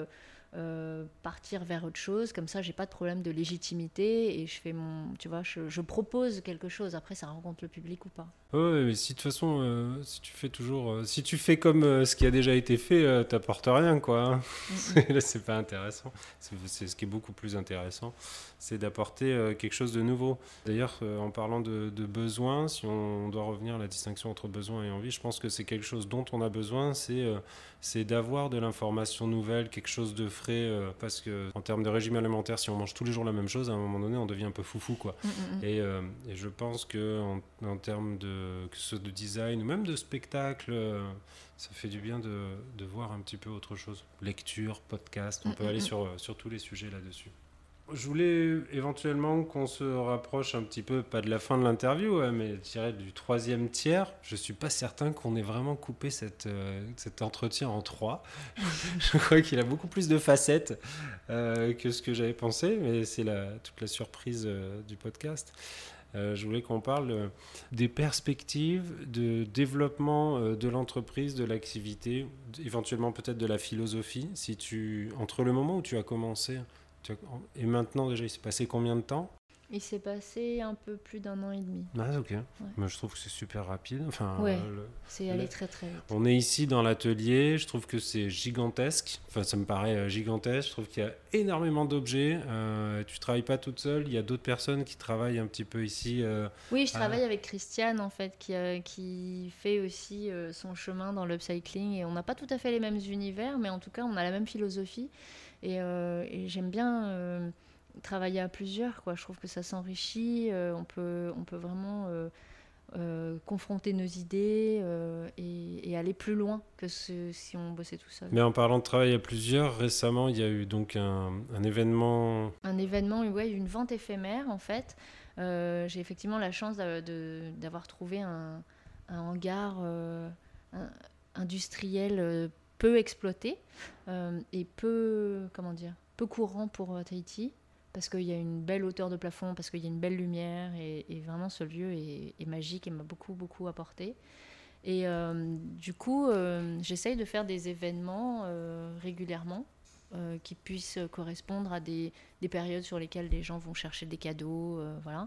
euh, partir vers autre chose. Comme ça, j'ai pas de problème de légitimité et je fais mon, tu vois, je, je propose quelque chose. Après, ça rencontre le public ou pas.
Ouais, mais si de toute façon, euh, si tu fais toujours, euh, si tu fais comme euh, ce qui a déjà été fait, euh, t'apportes rien, quoi. Hein.
Mm-hmm.
Là, c'est pas intéressant. C'est, c'est ce qui est beaucoup plus intéressant, c'est d'apporter euh, quelque chose de nouveau. D'ailleurs, euh, en parlant de, de besoin, si on doit revenir à la distinction entre besoin et envie, je pense que c'est quelque chose dont on a besoin, c'est euh, c'est d'avoir de l'information nouvelle, quelque chose de frais, euh, parce que en termes de régime alimentaire, si on mange tous les jours la même chose, à un moment donné, on devient un peu foufou, quoi.
Mm-hmm.
Et, euh, et je pense que en, en termes de que ce soit de design ou même de spectacle, euh, ça fait du bien de, de voir un petit peu autre chose. Lecture, podcast, on mm-hmm. peut aller sur, sur tous les sujets là-dessus. Je voulais éventuellement qu'on se rapproche un petit peu, pas de la fin de l'interview, mais je dirais du troisième tiers. Je ne suis pas certain qu'on ait vraiment coupé cette, euh, cet entretien en trois. Je crois qu'il a beaucoup plus de facettes euh, que ce que j'avais pensé, mais c'est la, toute la surprise euh, du podcast. Euh, je voulais qu'on parle euh, des perspectives de développement euh, de l'entreprise, de l'activité, éventuellement peut-être de la philosophie. Si tu, entre le moment où tu as commencé tu as, et maintenant déjà, il s'est passé combien de temps ?
Il s'est passé un peu plus d'un an et demi.
Ah, ok.
Ouais.
Moi, je trouve que c'est super rapide. Enfin,
ouais,
euh, le,
c'est allé le, très très vite.
On est ici dans l'atelier, je trouve que c'est gigantesque. Enfin, ça me paraît gigantesque. Je trouve qu'il y a énormément d'objets. Euh, tu ne travailles pas toute seule, il y a d'autres personnes qui travaillent un petit peu ici. Euh,
oui, je travaille à... avec Christiane, en fait, qui, euh, qui fait aussi euh, son chemin dans l'upcycling. Et on n'a pas tout à fait les mêmes univers, mais en tout cas, on a la même philosophie. Et, euh, et j'aime bien... Euh, travailler à plusieurs, quoi. Je trouve que ça s'enrichit, euh, on, peut, on peut vraiment euh, euh, confronter nos idées euh, et, et aller plus loin que ce, si on bossait tout seul.
Mais en parlant de travail à plusieurs, récemment il y a eu donc un, un événement...
Un événement, ouais, une vente éphémère en fait. Euh, j'ai effectivement la chance de, de, d'avoir trouvé un, un hangar euh, un, industriel euh, peu exploité euh, et peu, comment dire, peu courant pour euh, Tahiti. Parce qu'il y a une belle hauteur de plafond, parce qu'il y a une belle lumière, et, et vraiment ce lieu est, est magique et m'a beaucoup, beaucoup apporté. Et euh, du coup, euh, j'essaye de faire des événements euh, régulièrement euh, qui puissent correspondre à des, des périodes sur lesquelles les gens vont chercher des cadeaux, euh, voilà.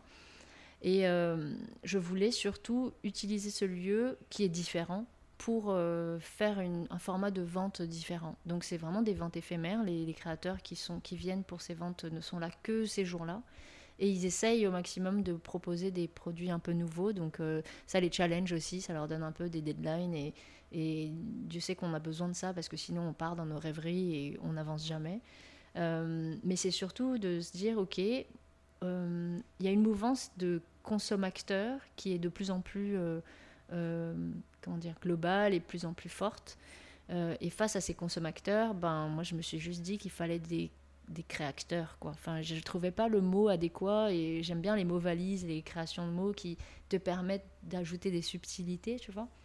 Et euh, je voulais surtout utiliser ce lieu qui est différent pour euh, faire une, un format de vente différent. Donc c'est vraiment des ventes éphémères. Les, les créateurs qui, sont, qui viennent pour ces ventes ne sont là que ces jours-là. Et ils essayent au maximum de proposer des produits un peu nouveaux. Donc euh, ça les challenge aussi, ça leur donne un peu des deadlines. Et, et Dieu sait qu'on a besoin de ça parce que sinon on part dans nos rêveries et on n'avance jamais. Euh, mais c'est surtout de se dire, ok, il euh, y a une mouvance de consommateurs qui est de plus en plus... Euh, euh, comment dire, globale et de plus en plus forte. Euh, et face à ces consommateurs, ben, moi, je me suis juste dit qu'il fallait des, des créateurs, quoi. Enfin, je ne trouvais pas le mot adéquat et j'aime bien les mots valises, les créations de mots qui te permettent d'ajouter des subtilités, tu vois.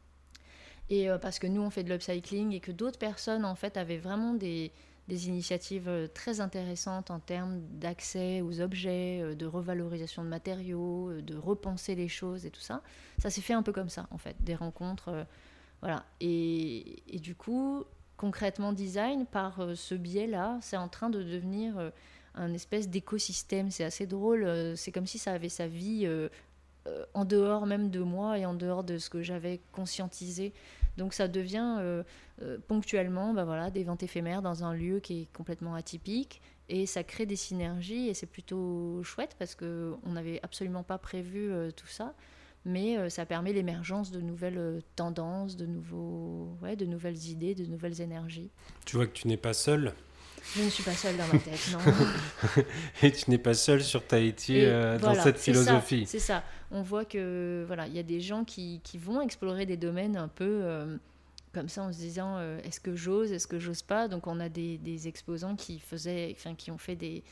Et euh, parce que nous, on fait de l'upcycling et que d'autres personnes, en fait, avaient vraiment des, des initiatives très intéressantes en termes d'accès aux objets, de revalorisation de matériaux, de repenser les choses et tout ça. Ça s'est fait un peu comme ça, en fait, des rencontres. Euh, voilà. Et, et du coup, concrètement, design, par euh, ce biais-là, c'est en train de devenir euh, un espèce d'écosystème. C'est assez drôle. Euh, c'est comme si ça avait sa vie euh, euh, en dehors même de moi et en dehors de ce que j'avais conscientisé. Donc ça devient euh, euh, ponctuellement bah voilà, des ventes éphémères dans un lieu qui est complètement atypique et ça crée des synergies et c'est plutôt chouette parce qu'on n'avait absolument pas prévu euh, tout ça, mais euh, ça permet l'émergence de nouvelles euh, tendances, de, nouveaux, ouais, de nouvelles idées, de nouvelles énergies.
Tu vois que tu n'es pas seule.
Je ne suis pas seule dans ma tête, non.
Et tu n'es pas seule sur Tahiti euh,
voilà,
dans cette
c'est
philosophie.
Ça, c'est ça. On voit que voilà, y a des gens qui, qui vont explorer des domaines un peu euh, comme ça en se disant euh, est-ce que j'ose, est-ce que j'ose pas. Donc on a des, des exposants qui faisaient, enfin qui ont fait des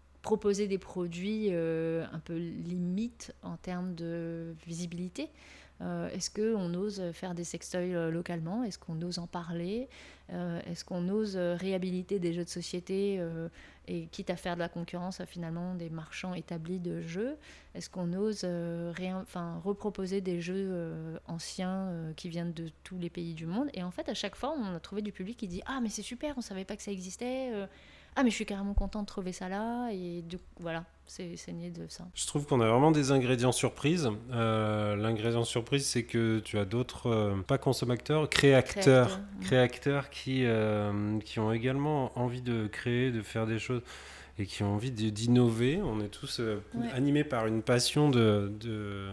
proposer des produits euh, un peu limites en termes de visibilité. Euh, est-ce qu'on ose faire des sextoys euh, localement? Est-ce qu'on ose en parler? euh, Est-ce qu'on ose euh, réhabiliter des jeux de société euh, et quitte à faire de la concurrence à finalement des marchands établis de jeux? Est-ce qu'on ose euh, réin- enfin, reproposer des jeux euh, anciens euh, qui viennent de tous les pays du monde? Et en fait, à chaque fois, on a trouvé du public qui dit « Ah, mais c'est super, on savait pas que ça existait. euh, Ah, mais je suis carrément content de trouver ça là. » Et du coup, voilà, c'est, c'est né de ça.
Je trouve qu'on a vraiment des ingrédients surprises. Euh, l'ingrédient surprise, c'est que tu as d'autres, euh, pas consommateurs, créateurs,
Créateur, mmh.
créateurs qui, euh, qui ont également envie de créer, de faire des choses et qui ont envie de- d'innover. On est tous euh,
Ouais.
animés par une passion de, de,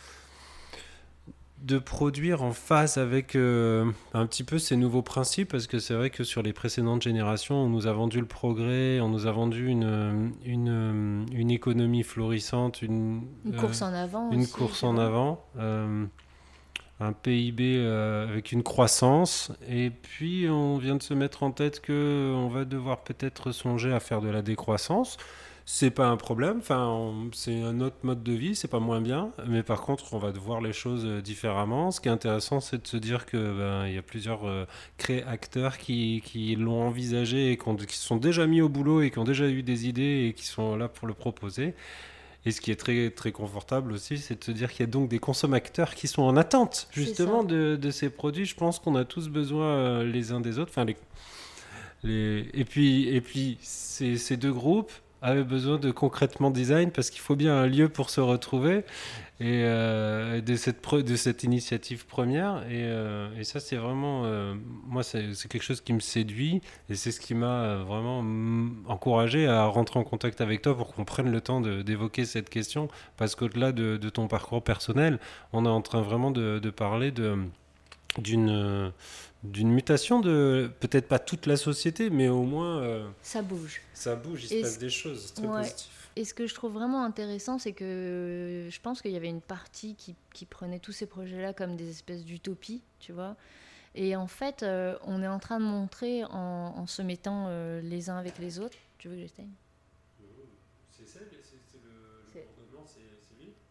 de produire en phase avec euh, un petit peu ces nouveaux principes, parce que c'est vrai que sur les précédentes générations, on nous a vendu le progrès, on nous a vendu une, une, une économie florissante, une,
Une
euh,
course en avant
une
aussi,
course
tu
en
vois.
avant, euh, un P I B euh, avec une croissance, et puis on vient de se mettre en tête qu'on va devoir peut-être songer à faire de la décroissance. C'est pas un problème, enfin, on- c'est un autre mode de vie, c'est pas moins bien, mais par contre, on va voir les choses euh, différemment. Ce qui est intéressant, c'est de se dire que ben, il y a plusieurs euh, créateurs qui, qui l'ont envisagé et qui, ont- qui se sont déjà mis au boulot et qui ont déjà eu des idées et qui sont là pour le proposer. Et ce qui est très, très confortable aussi, c'est de se dire qu'il y a donc des consommateurs qui sont en attente
C'est
justement
ça.
de, de ces produits. Je pense qu'on a tous besoin euh, les uns des autres. Enfin, les, les... Et puis, et puis ces, ces deux groupes avaient besoin de concrètement design parce qu'il faut bien un lieu pour se retrouver et euh, de, cette pre- de cette initiative première. Et, euh, et ça, c'est vraiment, euh, moi, c'est, c'est quelque chose qui me séduit et c'est ce qui m'a euh, vraiment mm, encouragé à rentrer en contact avec toi pour qu'on prenne le temps de, d'évoquer cette question parce qu'au-delà de, de ton parcours personnel, on est en train vraiment de, de parler de, d'une, euh, d'une mutation de peut-être pas toute la société, mais au moins euh,
Ça bouge.
ça bouge, il se
Et
passe
ce-
des choses, c'est très
ouais.
positif.
Et ce que je trouve vraiment intéressant, c'est que je pense qu'il y avait une partie qui, qui prenait tous ces projets-là comme des espèces d'utopies, tu vois. Et en fait, euh, on est en train de montrer en, en se mettant euh, les uns avec les autres. Tu veux que j'éteigne?
C'est ça, c'est, c'est le, le
C'est-
coordonnement, c'est, c'est lui.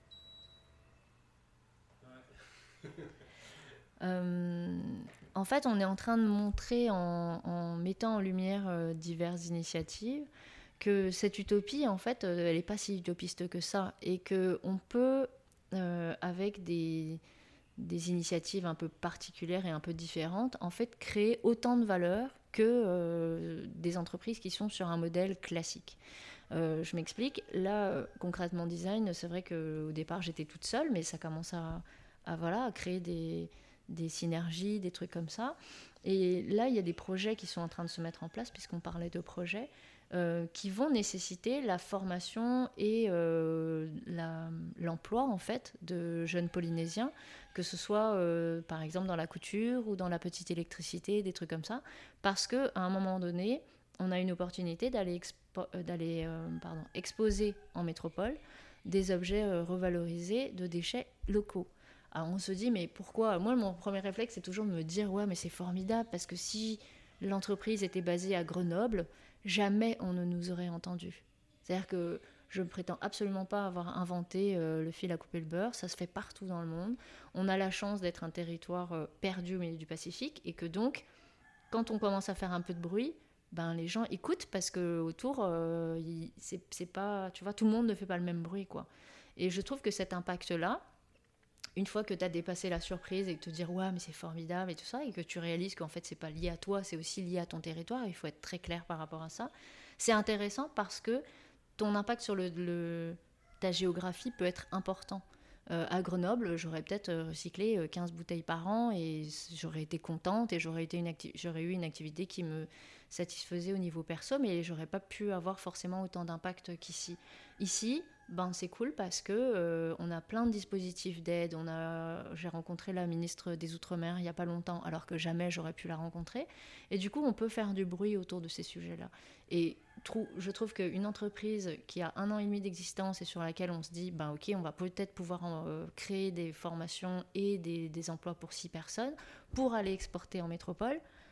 Euh, en fait, on est en train de montrer en, en mettant en lumière euh, diverses initiatives que cette utopie, en fait, euh, elle n'est pas si utopiste que ça et qu'on peut, euh, avec des, des initiatives un peu particulières et un peu différentes, en fait, créer autant de valeur que euh, des entreprises qui sont sur un modèle classique. Euh, je m'explique. Là, euh, concrètement, design, c'est vrai qu'au départ, j'étais toute seule, mais ça commence à, à, voilà, à créer des, des synergies, des trucs comme ça. Et là, il y a des projets qui sont en train de se mettre en place, puisqu'on parlait de projets, euh, qui vont nécessiter la formation et euh, la, l'emploi, en fait, de jeunes Polynésiens, que ce soit, euh, par exemple, dans la couture ou dans la petite électricité, des trucs comme ça, parce qu'à un moment donné, on a une opportunité d'aller, expo- euh, d'aller euh, pardon, exposer en métropole des objets euh, revalorisés de déchets locaux. Alors on se dit, mais pourquoi? Moi, mon premier réflexe, c'est toujours de me dire, ouais, mais c'est formidable, parce que si l'entreprise était basée à Grenoble, jamais on ne nous aurait entendus. C'est-à-dire que je ne prétends absolument pas avoir inventé euh, le fil à couper le beurre, ça se fait partout dans le monde. On a la chance d'être un territoire euh, perdu au milieu du Pacifique, et que donc, quand on commence à faire un peu de bruit, ben les gens écoutent parce que autour, euh, il, c'est, c'est pas, tu vois, tout le monde ne fait pas le même bruit, quoi. Et je trouve que cet impact-là, une fois que tu as dépassé la surprise et que te dire ouais mais c'est formidable et tout ça, et que tu réalises qu'en fait c'est pas lié à toi, c'est aussi lié à ton territoire, il faut être très clair par rapport à ça, c'est intéressant parce que ton impact sur le, le, ta géographie peut être important. Euh, à Grenoble, j'aurais peut-être recyclé quinze bouteilles par an et j'aurais été contente et j'aurais, été une acti- j'aurais eu une activité qui me satisfaisait au niveau perso, mais j'aurais pas pu avoir forcément autant d'impact qu'ici. Ici, ben, c'est cool parce que euh, on a plein de dispositifs d'aide. On a, j'ai rencontré la ministre des Outre-mer il n'y a pas longtemps, alors que jamais j'aurais pu la rencontrer. Et du coup, on peut faire du bruit autour de ces sujets-là. Et trou- je trouve qu'une entreprise qui a un an et demi d'existence et sur laquelle on se dit, ben ok, on va peut-être pouvoir en, euh, créer des formations et des, des emplois pour six personnes pour aller exporter en métropole,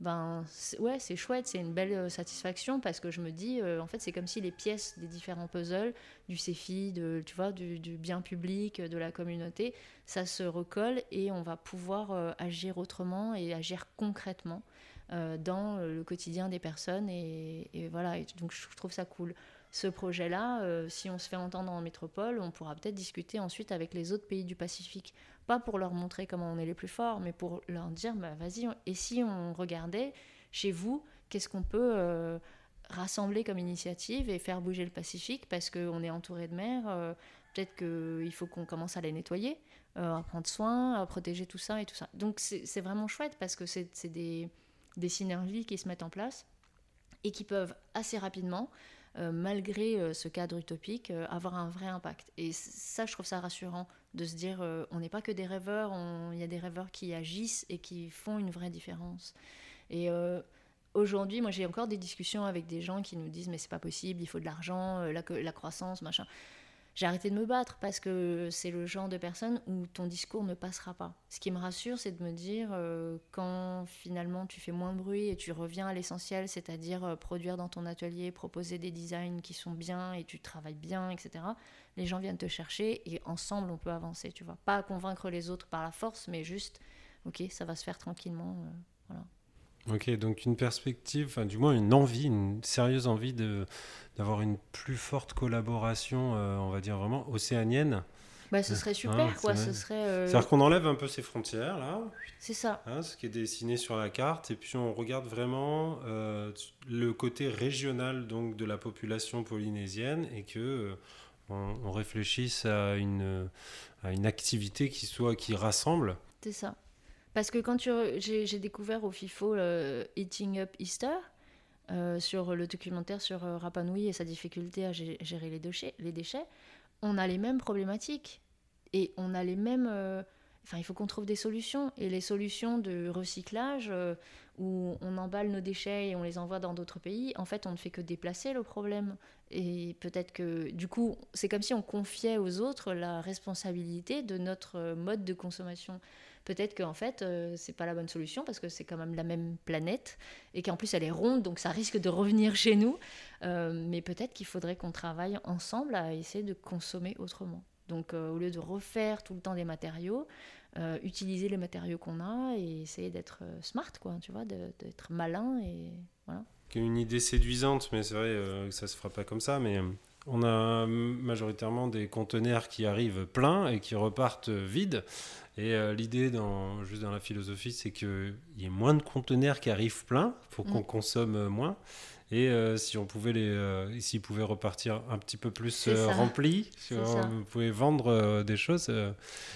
ben c'est, ouais, c'est chouette, c'est une belle satisfaction parce que je me dis, euh, en fait, c'est comme si les pièces des différents puzzles, du C F I, de, tu vois, du, du bien public, de la communauté, ça se recolle et on va pouvoir euh, agir autrement et agir concrètement euh, dans le quotidien des personnes. Et, et voilà, et donc je trouve ça cool. Ce projet-là, euh, si on se fait entendre en métropole, on pourra peut-être discuter ensuite avec les autres pays du Pacifique. Pas pour leur montrer comment on est les plus forts, mais pour leur dire, bah, vas-y, et si on regardait chez vous, qu'est-ce qu'on peut euh, rassembler comme initiative et faire bouger le Pacifique, parce qu'on est entouré de mer, euh, peut-être qu'il faut qu'on commence à les nettoyer, euh, à prendre soin, à protéger tout ça et tout ça. Donc c'est, c'est vraiment chouette, parce que c'est, c'est des, des synergies qui se mettent en place et qui peuvent assez rapidement, Euh, malgré euh, ce cadre utopique, euh, avoir un vrai impact. Et ça, je trouve ça rassurant de se dire, euh, on n'est pas que des rêveurs, il y a des rêveurs qui agissent et qui font une vraie différence. Et euh, aujourd'hui, moi, j'ai encore des discussions avec des gens qui nous disent, mais c'est pas possible, il faut de l'argent, euh, la, la croissance, machin. J'ai arrêté de me battre parce que c'est le genre de personne où ton discours ne passera pas. Ce qui me rassure, c'est de me dire, euh, quand finalement tu fais moins de bruit et tu reviens à l'essentiel, c'est-à-dire euh, produire dans ton atelier, proposer des designs qui sont bien et tu travailles bien, et cetera, les gens viennent te chercher et ensemble on peut avancer, tu vois. Pas convaincre les autres par la force, mais juste, ok, ça va se faire tranquillement, euh, voilà.
Ok, donc une perspective, enfin du moins une envie, une sérieuse envie de, d'avoir une plus forte collaboration, euh, on va dire vraiment océanienne.
Bah, ce serait super,
hein,
quoi.
c'est,
Ce serait, euh...
C'est-à-dire qu'on enlève un peu ces frontières, là.
C'est ça.
Hein, ce qui est dessiné sur la carte, et puis on regarde vraiment euh, le côté régional donc, de la population polynésienne, et que euh, on, on réfléchisse à une, à une activité qui, soit, qui rassemble.
C'est ça. Parce que quand tu re... j'ai, j'ai découvert au FIFO euh, Eating Up Easter, euh, sur le documentaire sur euh, Rapa Nui et sa difficulté à g- gérer les déchets, les déchets, on a les mêmes problématiques. Et on a les mêmes... Euh... Enfin, il faut qu'on trouve des solutions. Et les solutions de recyclage, euh, où on emballe nos déchets et on les envoie dans d'autres pays, en fait, on ne fait que déplacer le problème. Et peut-être que, du coup, c'est comme si on confiait aux autres la responsabilité de notre mode de consommation. Peut-être qu'en fait, euh, c'est pas la bonne solution parce que c'est quand même la même planète et qu'en plus elle est ronde, donc ça risque de revenir chez nous. Euh, mais peut-être qu'il faudrait qu'on travaille ensemble à essayer de consommer autrement. Donc euh, au lieu de refaire tout le temps des matériaux, euh, utiliser les matériaux qu'on a et essayer d'être euh, smart, quoi, tu vois, de, d'être malin et voilà.
Une idée séduisante, mais c'est vrai euh, que ça se fera pas comme ça, mais... On a majoritairement des conteneurs qui arrivent pleins et qui repartent vides. Et euh, l'idée, dans, juste dans la philosophie, c'est qu'il y ait moins de conteneurs qui arrivent pleins pour qu'on mmh. consomme moins. Et euh, si on pouvait les, euh, s'ils pouvaient repartir un petit peu plus euh, remplis, si on pouvait vendre euh, des choses. Euh,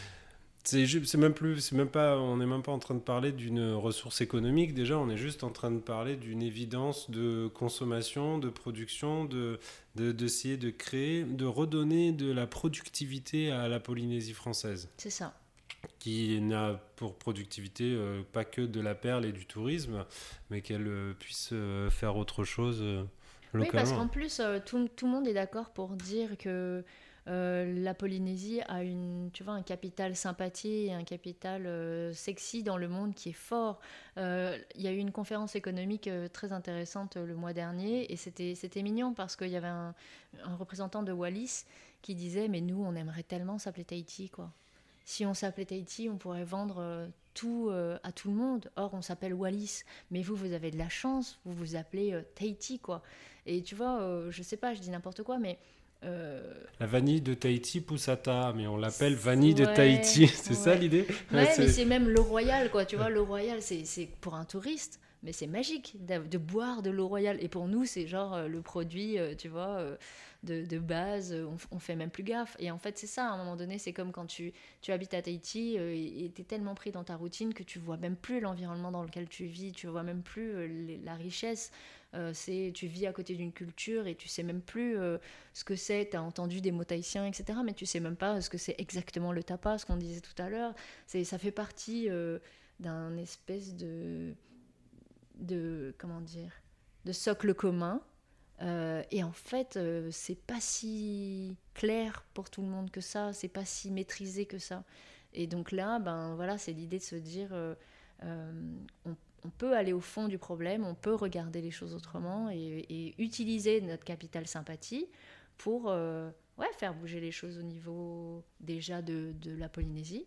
C'est, c'est même plus, c'est même pas, on n'est même pas en train de parler d'une ressource économique. Déjà, on est juste en train de parler d'une évidence de consommation, de production, de, de, d'essayer de créer, de redonner de la productivité à la Polynésie française.
C'est ça.
Qui n'a pour productivité euh, pas que de la perle et du tourisme, mais qu'elle euh, puisse euh, faire autre chose euh, localement.
Oui, parce qu'en plus, euh, tout, tout le monde est d'accord pour dire que Euh, la Polynésie a une, tu vois, un capital sympathie et un capital euh, sexy dans le monde qui est fort. Il euh, y a eu une conférence économique euh, très intéressante euh, le mois dernier et c'était, c'était mignon parce qu'il y avait un, un représentant de Wallis qui disait « mais nous, on aimerait tellement s'appeler Tahiti, quoi. Si on s'appelait Tahiti, on pourrait vendre euh, tout euh, à tout le monde. Or, on s'appelle Wallis. Mais vous, vous avez de la chance, vous vous appelez euh, Tahiti, quoi. » Et tu vois, euh, je sais pas, je dis n'importe quoi, mais... Euh...
La vanille de Tahiti pousse à ta, mais on l'appelle vanille ouais, de Tahiti. C'est ouais. ça l'idée?
Ouais, ouais c'est... mais c'est même l'eau royale, quoi. Tu vois, l'eau royale, c'est, c'est pour un touriste, mais c'est magique de, de boire de l'eau royale. Et pour nous, c'est genre euh, le produit, euh, tu vois, euh, de, de base. On, on fait même plus gaffe. Et en fait, c'est ça. À un moment donné, c'est comme quand tu, tu habites à Tahiti euh, et t'es tellement pris dans ta routine que tu vois même plus l'environnement dans lequel tu vis. Tu vois même plus euh, les, la richesse. Euh, c'est, tu vis à côté d'une culture et tu sais même plus euh, ce que c'est, t'as entendu des mots tahitiens, et cetera, mais tu sais même pas ce que c'est exactement le tapas, ce qu'on disait tout à l'heure. C'est, ça fait partie euh, d'un espèce de, de, comment dire, de socle commun. Euh, et en fait, euh, c'est pas si clair pour tout le monde que ça, c'est pas si maîtrisé que ça. Et donc là, ben voilà, c'est l'idée de se dire, euh, euh, on on peut aller au fond du problème, on peut regarder les choses autrement et, et utiliser notre capital sympathie pour euh, ouais, faire bouger les choses au niveau déjà de, de la Polynésie.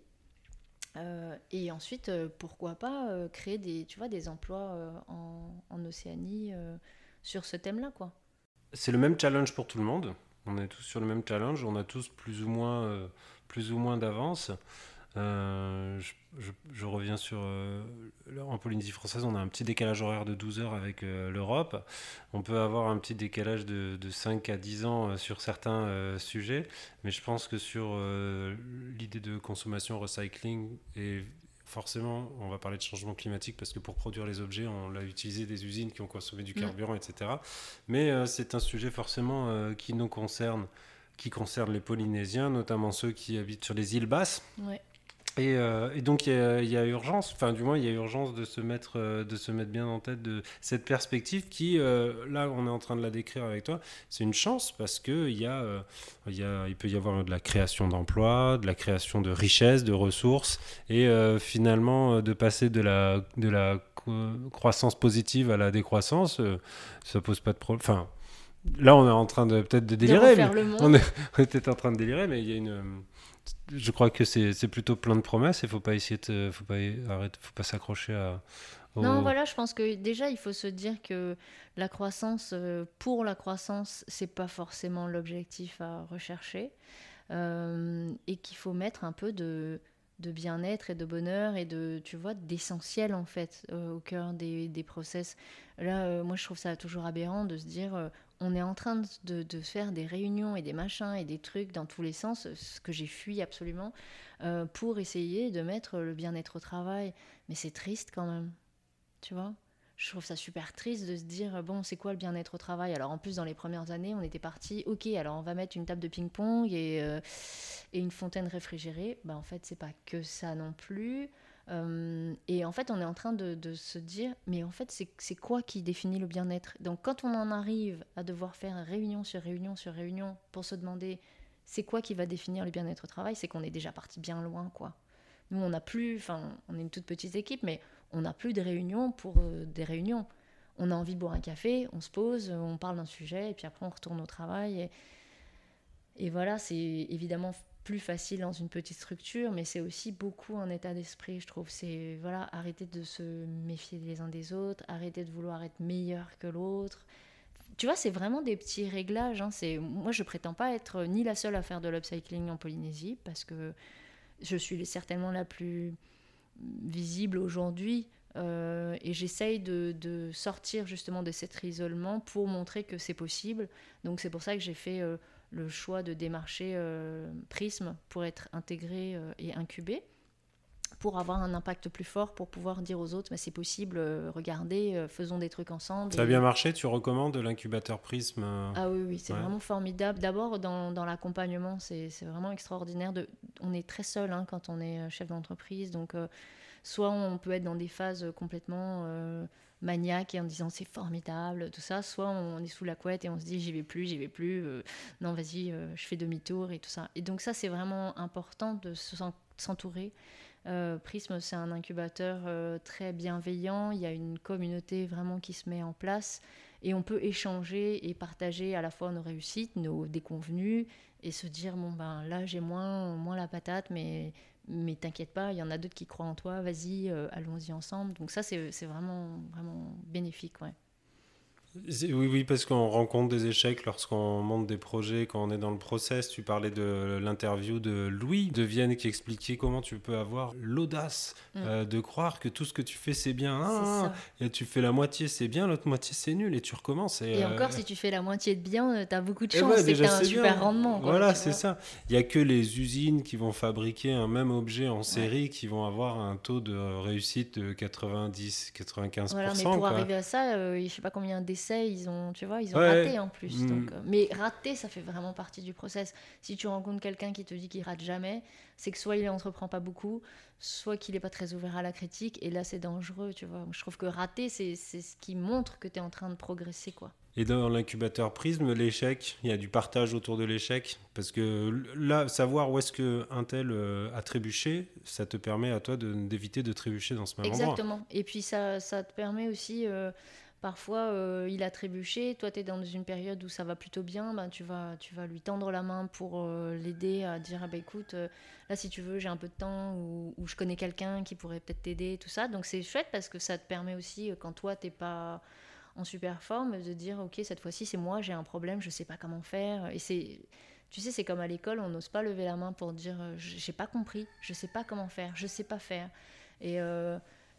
Euh, et ensuite, euh, pourquoi pas euh, créer des, tu vois, des emplois euh, en, en Océanie euh, sur ce thème-là, quoi.
C'est le même challenge pour tout le monde. On est tous sur le même challenge. On a tous plus ou moins, euh, plus ou moins d'avance. Euh, je, je, je reviens sur... Euh, en Polynésie française, on a un petit décalage horaire de douze heures avec euh, l'Europe. On peut avoir un petit décalage de, de cinq à dix ans euh, sur certains euh, sujets. Mais je pense que sur euh, l'idée de consommation, recycling, et forcément, on va parler de changement climatique parce que pour produire les objets, on a utilisé des usines qui ont consommé du carburant, mmh. et cetera. Mais euh, c'est un sujet forcément euh, qui nous concerne, qui concerne les Polynésiens, notamment ceux qui habitent sur les îles basses.
Ouais.
Et, euh, et donc il y, y a urgence, enfin du moins il y a urgence de se mettre, euh, de se mettre bien en tête de cette perspective qui, euh, là on est en train de la décrire avec toi, c'est une chance parce que il y a, euh, il y a, il peut y avoir de la création d'emplois, de la création de richesses, de ressources, et euh, finalement de passer de la, de la croissance positive à la décroissance, euh, ça pose pas de problème. Enfin, là on est en train de peut-être de délirer,
de
mais on est, on est peut-être en train de délirer, mais il y a une Je crois que c'est, c'est plutôt plein de promesses et il ne faut pas essayer de, faut pas arrêter, faut pas s'accrocher à... Au...
Non, voilà, je pense que déjà, il faut se dire que la croissance, euh, pour la croissance, ce n'est pas forcément l'objectif à rechercher euh, et qu'il faut mettre un peu de, de bien-être et de bonheur et de, tu vois, d'essentiel, en fait, euh, au cœur des, des process. Là, euh, moi, je trouve ça toujours aberrant de se dire... Euh, on est en train de, de faire des réunions et des machins et des trucs dans tous les sens, ce que j'ai fui absolument, euh, pour essayer de mettre le bien-être au travail. Mais c'est triste quand même, tu vois. Je trouve ça super triste de se dire, bon, c'est quoi le bien-être au travail ? Alors en plus, dans les premières années, on était partis, ok, alors on va mettre une table de ping-pong et, euh, et une fontaine réfrigérée. Bah, en fait, c'est pas que ça non plus. Euh, et en fait, on est en train de, de se dire, mais en fait, c'est, c'est quoi qui définit le bien-être ? Donc, quand on en arrive à devoir faire réunion sur réunion sur réunion pour se demander, c'est quoi qui va définir le bien-être au travail ? C'est qu'on est déjà parti bien loin, quoi. Nous, on n'a plus, enfin, on est une toute petite équipe, mais on n'a plus de réunions pour euh, des réunions. On a envie de boire un café, on se pose, on parle d'un sujet, et puis après, on retourne au travail. Et, et voilà, c'est évidemment plus facile dans une petite structure, mais c'est aussi beaucoup un état d'esprit, je trouve. C'est voilà, arrêter de se méfier les uns des autres, arrêter de vouloir être meilleur que l'autre. Tu vois, c'est vraiment des petits réglages. Hein. C'est, moi, je prétends pas être ni la seule à faire de l'upcycling en Polynésie, parce que je suis certainement la plus visible aujourd'hui, euh, et j'essaye de, de sortir justement de cet isolement pour montrer que c'est possible. Donc c'est pour ça que j'ai fait euh, le choix de démarcher euh, Prism pour être intégré euh, et incubé, pour avoir un impact plus fort, pour pouvoir dire aux autres, mais c'est possible, euh, regardez, euh, faisons des trucs ensemble.
Ça a bien marché, tu recommandes l'incubateur Prism euh...
Ah oui, oui, c'est ouais. vraiment formidable. D'abord, dans, dans l'accompagnement, c'est, c'est vraiment extraordinaire. De, on est très seul hein, quand on est chef d'entreprise, donc euh, soit on peut être dans des phases complètement euh, maniaques et en disant c'est formidable, tout ça, soit on est sous la couette et on se dit j'y vais plus, j'y vais plus, euh, non vas-y, euh, je fais demi-tour et tout ça. Et donc ça, c'est vraiment important de s'entourer. Euh, Prism, c'est un incubateur euh, très bienveillant, il y a une communauté vraiment qui se met en place et on peut échanger et partager à la fois nos réussites, nos déconvenues et se dire bon ben là j'ai moins, moins la patate mais, mais t'inquiète pas, il y en a d'autres qui croient en toi, vas-y, euh, allons-y ensemble. Donc ça c'est, c'est vraiment, vraiment bénéfique, ouais.
Oui, oui, parce qu'on rencontre des échecs lorsqu'on monte des projets, quand on est dans le process. Tu parlais de l'interview de Louis de Vienne qui expliquait comment tu peux avoir l'audace mmh. euh, de croire que tout ce que tu fais c'est bien. Ah, c'est et tu fais la moitié c'est bien, l'autre moitié c'est nul et tu recommences. Et,
et
euh...
encore, si tu fais la moitié de bien, t'as beaucoup de chance,
ouais,
c'est
déjà,
que t'as un
c'est
super
bien.
rendement. Quoi,
voilà, c'est ça. Il n'y a que les usines qui vont fabriquer un même objet en série ouais. qui vont avoir un taux de réussite de quatre-vingt-dix à quatre-vingt-quinze pour cent. Voilà,
mais pour
quoi.
arriver à ça, euh, je ne sais pas combien d'essais ils ont. Tu vois, ils ont ouais. raté en plus. Mmh. Donc, euh, mais rater, ça fait vraiment partie du process. Si tu rencontres quelqu'un qui te dit qu'il rate jamais, c'est que soit il n'entreprend pas beaucoup, soit qu'il n'est pas très ouvert à la critique. Et là, c'est dangereux, tu vois. Je trouve que rater, c'est, c'est ce qui montre que tu es en train de progresser, quoi.
Et dans l'incubateur Prisme, l'échec, il y a du partage autour de l'échec. Parce que là, savoir où est-ce qu'un tel a trébuché, ça te permet à toi de, d'éviter de trébucher dans ce même
Exactement.
endroit.
Exactement. Et puis ça, ça te permet aussi, euh, parfois, euh, il a trébuché, toi tu es dans une période où ça va plutôt bien, ben, tu, vas, tu vas lui tendre la main pour euh, l'aider à dire, ah, bah, écoute, euh, là si tu veux, j'ai un peu de temps, ou, ou je connais quelqu'un qui pourrait peut-être t'aider, tout ça. Donc c'est chouette parce que ça te permet aussi, quand toi t'es pas en super forme, de dire, ok, cette fois-ci c'est moi, j'ai un problème, je sais pas comment faire. Et c'est... Tu sais, c'est comme à l'école, on n'ose pas lever la main pour dire euh, j'ai pas compris, je sais pas comment faire, je sais pas faire. Et, euh,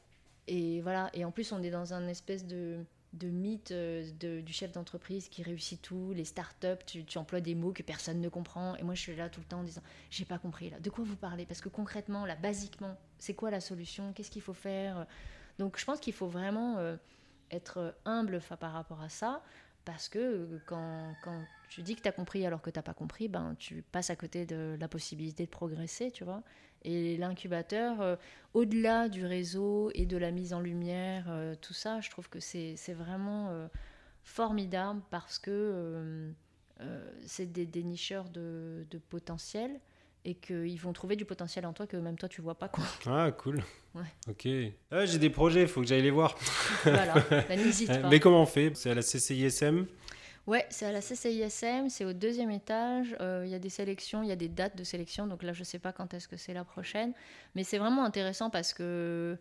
et voilà. Et en plus, on est dans un espèce de, de mythe euh, de, du chef d'entreprise qui réussit tout, les startups, tu, tu emploies des mots que personne ne comprend. Et moi, je suis là tout le temps en disant j'ai pas compris là. De quoi vous parlez? Parce que concrètement, là, basiquement, c'est quoi la solution? Qu'est-ce qu'il faut faire? Donc, je pense qu'il faut vraiment euh, être humble par rapport à ça. Parce que quand, quand tu dis que tu as compris alors que tu n'as pas compris, ben, tu passes à côté de la possibilité de progresser, tu vois. Et l'incubateur, euh, au-delà du réseau et de la mise en lumière, euh, tout ça, je trouve que c'est, c'est vraiment euh, formidable parce que euh, euh, c'est des dénicheurs de, de potentiel et qu'ils vont trouver du potentiel en toi que même toi tu vois pas, quoi.
Ah, cool.
Ouais.
Ok. Ah, j'ai des projets, il faut que j'aille les voir.
Voilà, ben, n'hésite pas.
Mais comment on fait? C'est à la C C I S M?
Ouais, c'est à la C C I S M, c'est au deuxième étage. Il euh, y a des sélections, il y a des dates de sélection, donc là je sais pas quand est-ce que c'est la prochaine. Mais c'est vraiment intéressant parce que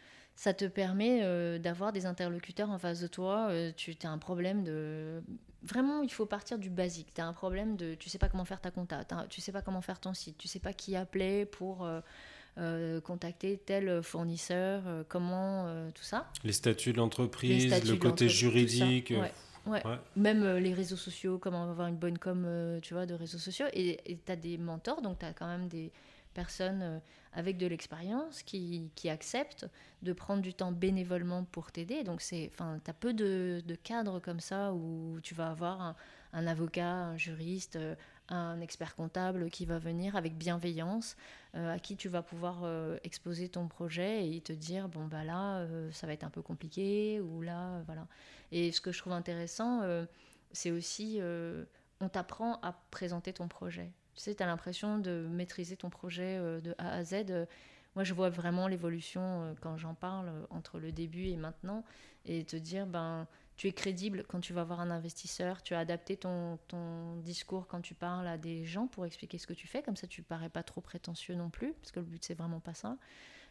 ça te permet euh, d'avoir des interlocuteurs en face de toi. Euh, tu as un problème de... Vraiment, il faut partir du basique. Tu as un problème de... Tu sais pas comment faire ta compta, tu sais pas comment faire ton site, tu sais pas qui appeler pour... Euh, Euh, contacter tel fournisseur, euh, comment, euh, tout ça.
Les statuts de l'entreprise,
statuts
le
de
côté
l'entreprise,
juridique.
Ouais, ouais. Ouais. Même euh, les réseaux sociaux, comment avoir une bonne com, euh, tu vois, de réseaux sociaux. Et tu as des mentors, donc tu as quand même des personnes euh, avec de l'expérience qui, qui acceptent de prendre du temps bénévolement pour t'aider. Donc tu as peu de, de cadres comme ça où tu vas avoir un, un avocat, un juriste, euh, un expert comptable qui va venir avec bienveillance, euh, à qui tu vas pouvoir euh, exposer ton projet et te dire bon bah là euh, ça va être un peu compliqué ou là euh, voilà. Et ce que je trouve intéressant euh, c'est aussi euh, on t'apprend à présenter ton projet. Tu sais, tu as l'impression de maîtriser ton projet euh, de A à Z. Moi je vois vraiment l'évolution euh, quand j'en parle euh, entre le début et maintenant, et te dire ben tu es crédible quand tu vas voir un investisseur, tu as adapté ton, ton discours quand tu parles à des gens pour expliquer ce que tu fais, comme ça tu ne parais pas trop prétentieux non plus, parce que le but c'est vraiment pas ça.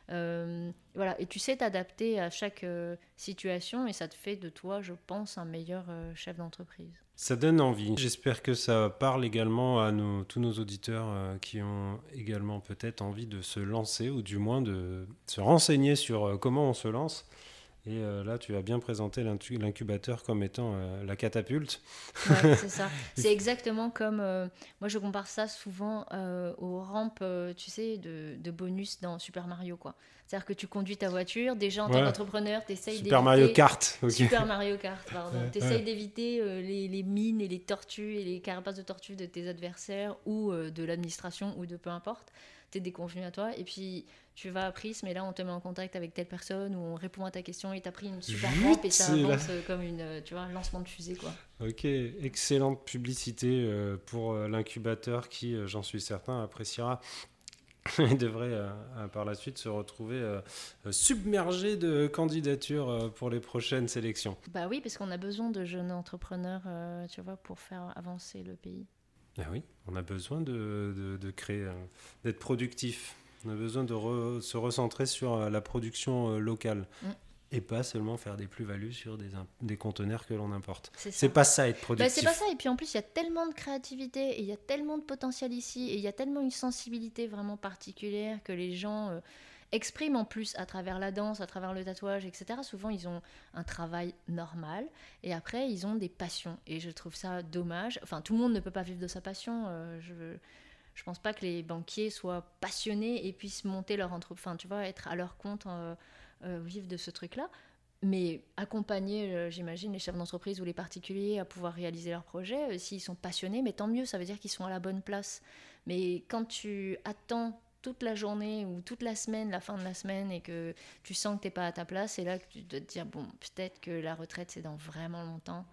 Euh, voilà. Et tu sais t'adapter à chaque euh, situation et ça te fait de toi, je pense, un meilleur euh, chef d'entreprise.
Ça donne envie. J'espère que ça parle également à nos, tous nos auditeurs euh, qui ont également peut-être envie de se lancer ou du moins de se renseigner sur euh, comment on se lance. Et euh, là, tu as bien présenté l'incubateur comme étant euh, la catapulte.
Ouais, c'est ça. C'est exactement comme... Euh, moi, je compare ça souvent euh, aux rampes, euh, tu sais, de, de bonus dans Super Mario, quoi. C'est-à-dire que tu conduis ta voiture, déjà en tant ouais. qu'entrepreneur, tu essayes d'éviter...
Super Mario Kart. Okay.
Super Mario Kart, pardon.
Ouais,
tu essayes
ouais.
d'éviter euh, les, les mines et les tortues et les carapaces de tortues de tes adversaires ou euh, de l'administration ou de peu importe. T'es déconvenu à toi. Et puis... tu vas à Prisme et là on te met en contact avec telle personne ou on répond à ta question et t'as pris une super rampe et ça avance là. Comme une, tu vois, un lancement de fusée, quoi.
Ok, excellente publicité euh, pour euh, l'incubateur qui, euh, j'en suis certain, appréciera et devrait euh, euh, par la suite se retrouver euh, submergé de candidatures euh, pour les prochaines sélections.
Bah oui, parce qu'on a besoin de jeunes entrepreneurs, euh, tu vois, pour faire avancer le pays.
Ah oui, on a besoin de, de, de créer, euh, d'être productif. On a besoin de re, se recentrer sur la production euh, locale mmh. et pas seulement faire des plus-values sur des, des conteneurs que l'on importe. C'est, c'est pas ça être productif.
Bah, c'est pas ça. Et puis en plus, il y a tellement de créativité et il y a tellement de potentiel ici et il y a tellement une sensibilité vraiment particulière que les gens euh, expriment en plus à travers la danse, à travers le tatouage, et cetera. Souvent, ils ont un travail normal et après, ils ont des passions. Et je trouve ça dommage. Enfin, tout le monde ne peut pas vivre de sa passion. Euh, je... Je pense pas que les banquiers soient passionnés et puissent monter leur entreprise, enfin, tu vois, être à leur compte, euh, euh, vivre de ce truc-là. Mais accompagner, euh, j'imagine, les chefs d'entreprise ou les particuliers à pouvoir réaliser leurs projets, euh, s'ils sont passionnés, mais tant mieux, ça veut dire qu'ils sont à la bonne place. Mais quand tu attends toute la journée ou toute la semaine, la fin de la semaine, et que tu sens que t'es pas à ta place, c'est là que tu dois te dire, bon, peut-être que la retraite, c'est dans vraiment longtemps.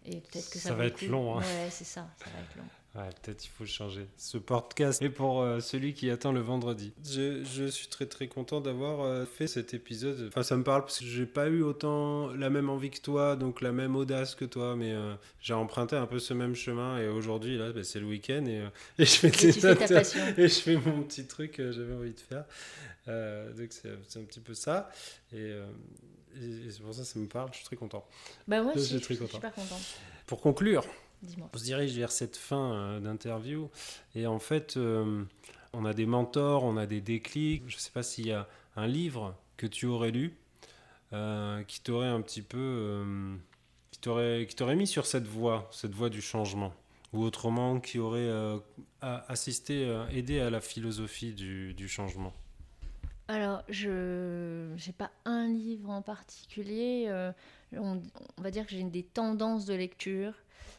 Et peut-être que ça,
ça va être long. Hein.
Ouais, c'est ça, ça va être long.
Ouais, peut-être il faut changer. Ce podcast est pour euh, celui qui attend le vendredi. Je, je suis très très content d'avoir euh, fait cet épisode. Enfin, ça me parle parce que j'ai pas eu autant la même envie que toi, donc la même audace que toi, mais euh, j'ai emprunté un peu ce même chemin. Et aujourd'hui, là, bah, c'est le week-end et, euh, et je fais
et, tu fais ta passion.
et je fais mon petit truc que j'avais envie de faire. Euh, donc c'est, c'est un petit peu ça. Et, euh, et c'est pour ça que ça me parle. Je suis très content.
Bah moi
je
aussi,
suis,
je
très
suis
content.
super content.
Pour conclure.
Dis-moi.
On se dirige vers cette fin euh, d'interview et en fait euh, on a des mentors, on a des déclics. Je ne sais pas s'il y a un livre que tu aurais lu euh, qui t'aurait un petit peu euh, qui t'aurait, qui t'aurait mis sur cette voie, cette voie du changement, ou autrement qui aurait euh, assisté, euh, aidé à la philosophie du, du changement.
Alors, je n'ai pas un livre en particulier. Euh, on, on va dire que j'ai des tendances de lecture.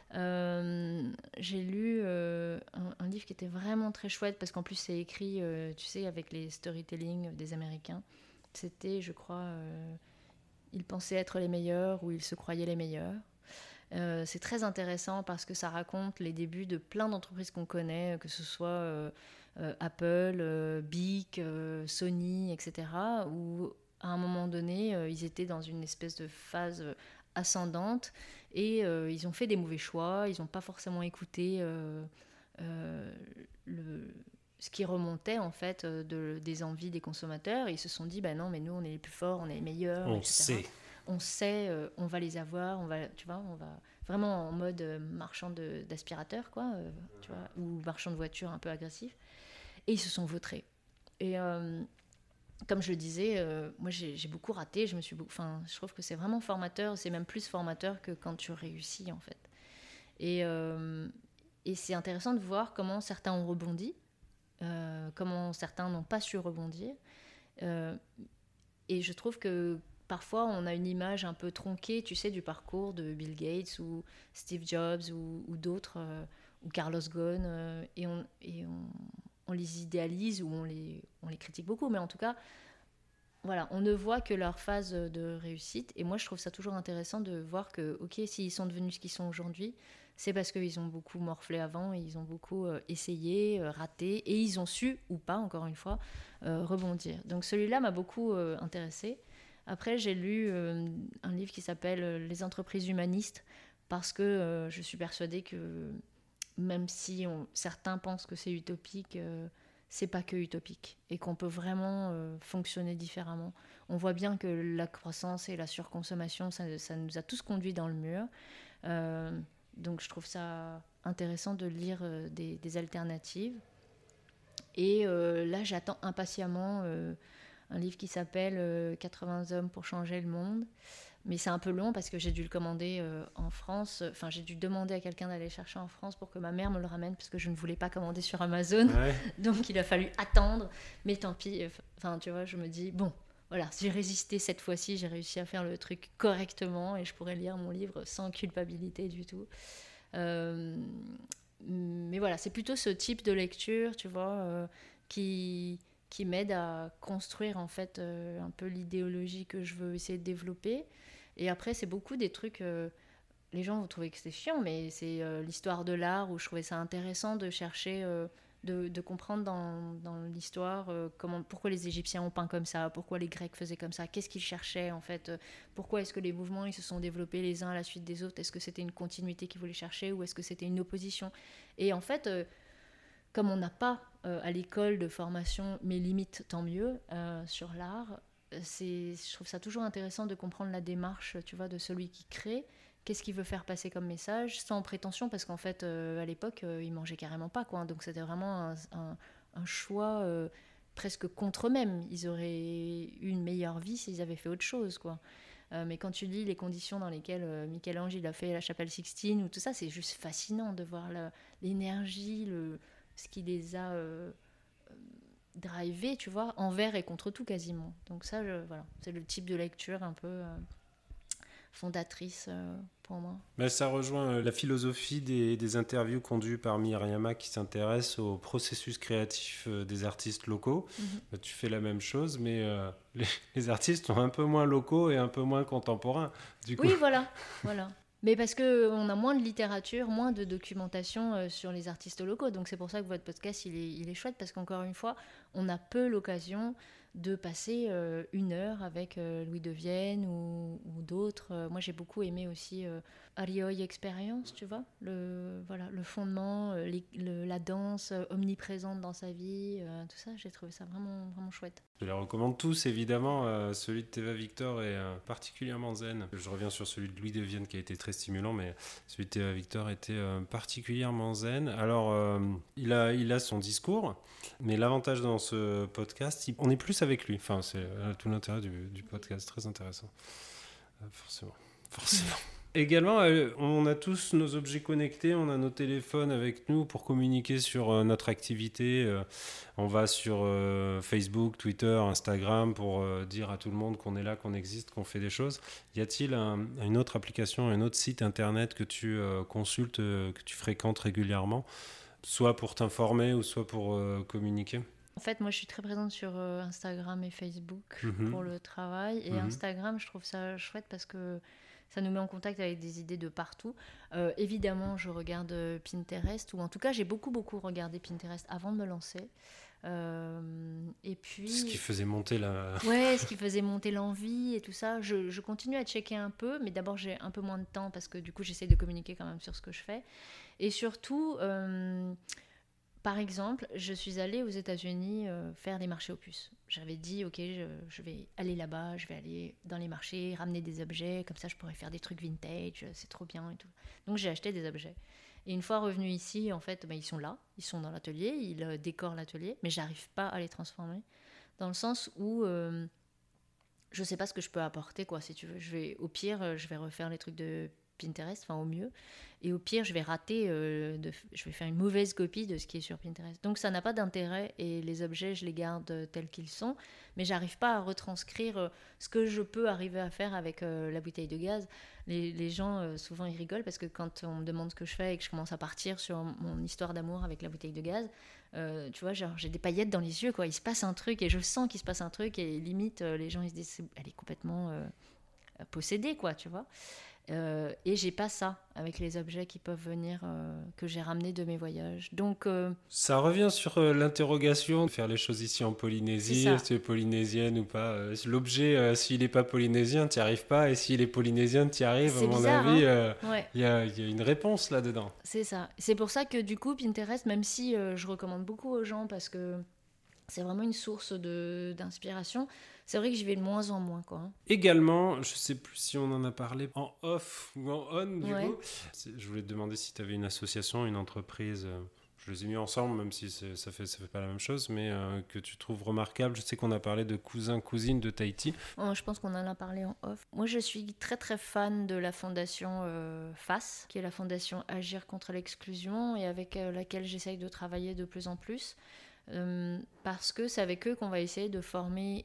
Euh, j'ai lu euh, un, un livre qui était vraiment très chouette parce qu'en plus c'est écrit, euh, tu sais, avec les storytelling des Américains. C'était, je crois, euh, ils pensaient être les meilleurs ou ils se croyaient les meilleurs. Euh, c'est très intéressant parce que ça raconte les débuts de plein d'entreprises qu'on connaît, que ce soit euh, euh, Apple, euh, Bic, euh, Sony, et cetera, où à un moment donné, euh, ils étaient dans une espèce de phase ascendante et euh, ils ont fait des mauvais choix, ils n'ont pas forcément écouté euh, euh, le, ce qui remontait en fait de, des envies des consommateurs. Et ils se sont dit, bah non, mais nous on est les plus forts, on est les meilleurs,
on
et cetera.
sait.
On sait, euh, on va les avoir, on va, tu vois, on va vraiment en mode euh, marchand de, d'aspirateur, quoi, euh, tu vois, ou marchand de voitures un peu agressif. Et ils se sont vautrés. Et euh, comme je le disais, euh, moi j'ai, j'ai beaucoup raté. Je me suis, enfin, je trouve que c'est vraiment formateur. C'est même plus formateur que quand tu réussis en fait. Et, euh, et c'est intéressant de voir comment certains ont rebondi, euh, comment certains n'ont pas su rebondir. Euh, et je trouve que parfois on a une image un peu tronquée, tu sais, du parcours de Bill Gates ou Steve Jobs ou, ou d'autres, euh, ou Carlos Ghosn, euh, et on, et on on les idéalise ou on les, on les critique beaucoup, mais en tout cas, voilà, on ne voit que leur phase de réussite. Et moi, je trouve ça toujours intéressant de voir que, ok, s'ils sont devenus ce qu'ils sont aujourd'hui, c'est parce qu'ils ont beaucoup morflé avant, et ils ont beaucoup euh, essayé, euh, raté, et ils ont su, ou pas, encore une fois, euh, rebondir. Donc celui-là m'a beaucoup euh, intéressée. Après, j'ai lu euh, un livre qui s'appelle « Les entreprises humanistes », parce que euh, je suis persuadée que même si on, certains pensent que c'est utopique, euh, c'est pas que utopique et qu'on peut vraiment euh, fonctionner différemment. On voit bien que la croissance et la surconsommation, ça, ça nous a tous conduits dans le mur. Euh, donc je trouve ça intéressant de lire euh, des, des alternatives. Et euh, là, j'attends impatiemment euh, un livre qui s'appelle euh, « quatre-vingts hommes pour changer le monde ». Mais c'est un peu long parce que j'ai dû le commander euh, en France. Enfin, j'ai dû demander à quelqu'un d'aller chercher en France pour que ma mère me le ramène parce que je ne voulais pas commander sur Amazon. Ouais. Donc, il a fallu attendre. Mais tant pis. Enfin, tu vois, je me dis, bon, voilà, j'ai résisté cette fois-ci. J'ai réussi à faire le truc correctement et je pourrais lire mon livre sans culpabilité du tout. Euh, mais voilà, c'est plutôt ce type de lecture, tu vois, euh, qui... qui m'aide à construire en fait euh, un peu l'idéologie que je veux essayer de développer. Et après, c'est beaucoup des trucs... Euh, les gens vont trouver que c'est chiant, mais c'est euh, l'histoire de l'art où je trouvais ça intéressant de chercher, euh, de, de comprendre dans, dans l'histoire euh, comment, pourquoi les Égyptiens ont peint comme ça, pourquoi les Grecs faisaient comme ça, qu'est-ce qu'ils cherchaient en fait, euh, pourquoi est-ce que les mouvements ils se sont développés les uns à la suite des autres, est-ce que c'était une continuité qu'ils voulaient chercher ou est-ce que c'était une opposition. Et en fait... Euh, comme on n'a pas euh, à l'école de formation, mais limite tant mieux, euh, sur l'art, c'est, je trouve ça toujours intéressant de comprendre la démarche, tu vois, de celui qui crée, qu'est-ce qu'il veut faire passer comme message, sans prétention, parce qu'en fait, euh, à l'époque, euh, ils mangeaient carrément pas, quoi. Donc c'était vraiment un, un, un choix euh, presque contre eux-mêmes. Ils auraient eu une meilleure vie s'ils avaient fait autre chose, quoi. Euh, mais quand tu lis les conditions dans lesquelles euh, Michel-Ange il a fait la chapelle Sixtine, ou tout ça, c'est juste fascinant de voir la, l'énergie, le... ce qui les a euh, drivés, tu vois, envers et contre tout quasiment. Donc ça, je, voilà, c'est le type de lecture un peu euh, fondatrice euh, pour moi.
Mais ça rejoint la philosophie des, des interviews conduites par Myriama qui s'intéresse au processus créatif des artistes locaux. Mm-hmm. Tu fais la même chose, mais euh, les, les artistes sont un peu moins locaux et un peu moins contemporains. Du coup.
Oui, voilà, voilà. Mais parce qu'on a moins de littérature, moins de documentation euh, sur les artistes locaux. Donc c'est pour ça que votre podcast, il est, il est chouette, parce qu'encore une fois, on a peu l'occasion de passer euh, une heure avec euh, Louis de Vienne ou, ou d'autres. Euh, moi, j'ai beaucoup aimé aussi euh, Arioy Experience, tu vois, le, voilà, le fondement, euh, les, le, la danse euh, omniprésente dans sa vie, euh, tout ça, j'ai trouvé ça vraiment, vraiment chouette.
Je les recommande tous, évidemment. Euh, celui de Teva Victor est euh, particulièrement zen. Je reviens sur celui de Louis de Vienne qui a été très stimulant, mais celui de Teva Victor était euh, particulièrement zen. Alors, euh, il a, il a son discours, mais l'avantage dans ce podcast, il, on est plus avec lui. Enfin, c'est euh, tout l'intérêt du, du podcast, très intéressant. Euh, forcément, forcément. Également, on a tous nos objets connectés, on a nos téléphones avec nous pour communiquer sur notre activité. On va sur Facebook, Twitter, Instagram pour dire à tout le monde qu'on est là, qu'on existe, qu'on fait des choses. Y a-t-il un, une autre application, un autre site internet que tu consultes, que tu fréquentes régulièrement, soit pour t'informer ou soit pour communiquer ?
En fait, moi, je suis très présente sur Instagram et Facebook
mmh.
pour le travail. Et mmh. Instagram, je trouve ça chouette parce que ça nous met en contact avec des idées de partout. Euh, évidemment, je regarde Pinterest, ou en tout cas, j'ai beaucoup, beaucoup regardé Pinterest avant de me lancer. Euh, et puis...
Ce qui faisait monter la...
Ouais, ce qui faisait monter l'envie et tout ça. Je, je continue à checker un peu, mais d'abord, j'ai un peu moins de temps parce que du coup, j'essaie de communiquer quand même sur ce que je fais. Et surtout... Euh, Par exemple, je suis allée aux États-Unis euh, faire des marchés aux puces. J'avais dit, ok, je, je vais aller là-bas, je vais aller dans les marchés, ramener des objets, comme ça je pourrais faire des trucs vintage, c'est trop bien et tout. Donc j'ai acheté des objets. Et une fois revenue ici, en fait, ben, ils sont là, ils sont dans l'atelier, ils euh, décorent l'atelier, mais j'arrive pas à les transformer. Dans le sens où euh, je sais pas ce que je peux apporter, quoi, si tu veux. Je vais, au pire, je vais refaire les trucs de Pinterest, enfin au mieux, et au pire je vais rater euh, de, je vais faire une mauvaise copie de ce qui est sur Pinterest, donc ça n'a pas d'intérêt. Et les objets, je les garde tels qu'ils sont, mais j'arrive pas à retranscrire euh, ce que je peux arriver à faire avec euh, la bouteille de gaz. Les, les gens euh, souvent ils rigolent parce que quand on me demande ce que je fais et que je commence à partir sur mon histoire d'amour avec la bouteille de gaz, euh, tu vois, genre j'ai des paillettes dans les yeux, quoi. Il se passe un truc et je sens qu'il se passe un truc, et limite euh, les gens ils se disent elle est complètement euh, possédée, quoi, tu vois. Euh, et j'ai pas ça avec les objets qui peuvent venir, euh, que j'ai ramenés de mes voyages. Donc euh,
ça revient sur euh, l'interrogation de faire les choses ici en Polynésie, si tu es polynésienne ou pas. Euh, l'objet, euh, s'il n'est pas polynésien, tu n'y arrives pas, et s'il est polynésien, tu y arrives.
C'est
à mon
bizarre,
avis, il
hein, euh, ouais.
y, a, y a une réponse là-dedans.
C'est ça. C'est pour ça que du coup, Pinterest, même si euh, je recommande beaucoup aux gens parce que c'est vraiment une source de, d'inspiration, c'est vrai que j'y vais de moins en moins, quoi.
Également, je sais plus si on en a parlé en off ou en on, du
ouais.
coup. Je voulais te demander si tu avais une association, une entreprise. Je les ai mis ensemble, même si c'est, ça fait ça fait pas la même chose, mais euh, que tu trouves remarquable. Je sais qu'on a parlé de cousins, cousines de Tahiti.
Oh, je pense qu'on en a parlé en off. Moi, je suis très très fan de la fondation euh, F A S, qui est la fondation Agir contre l'exclusion, et avec euh, laquelle j'essaye de travailler de plus en plus. Euh, parce que c'est avec eux qu'on va essayer de former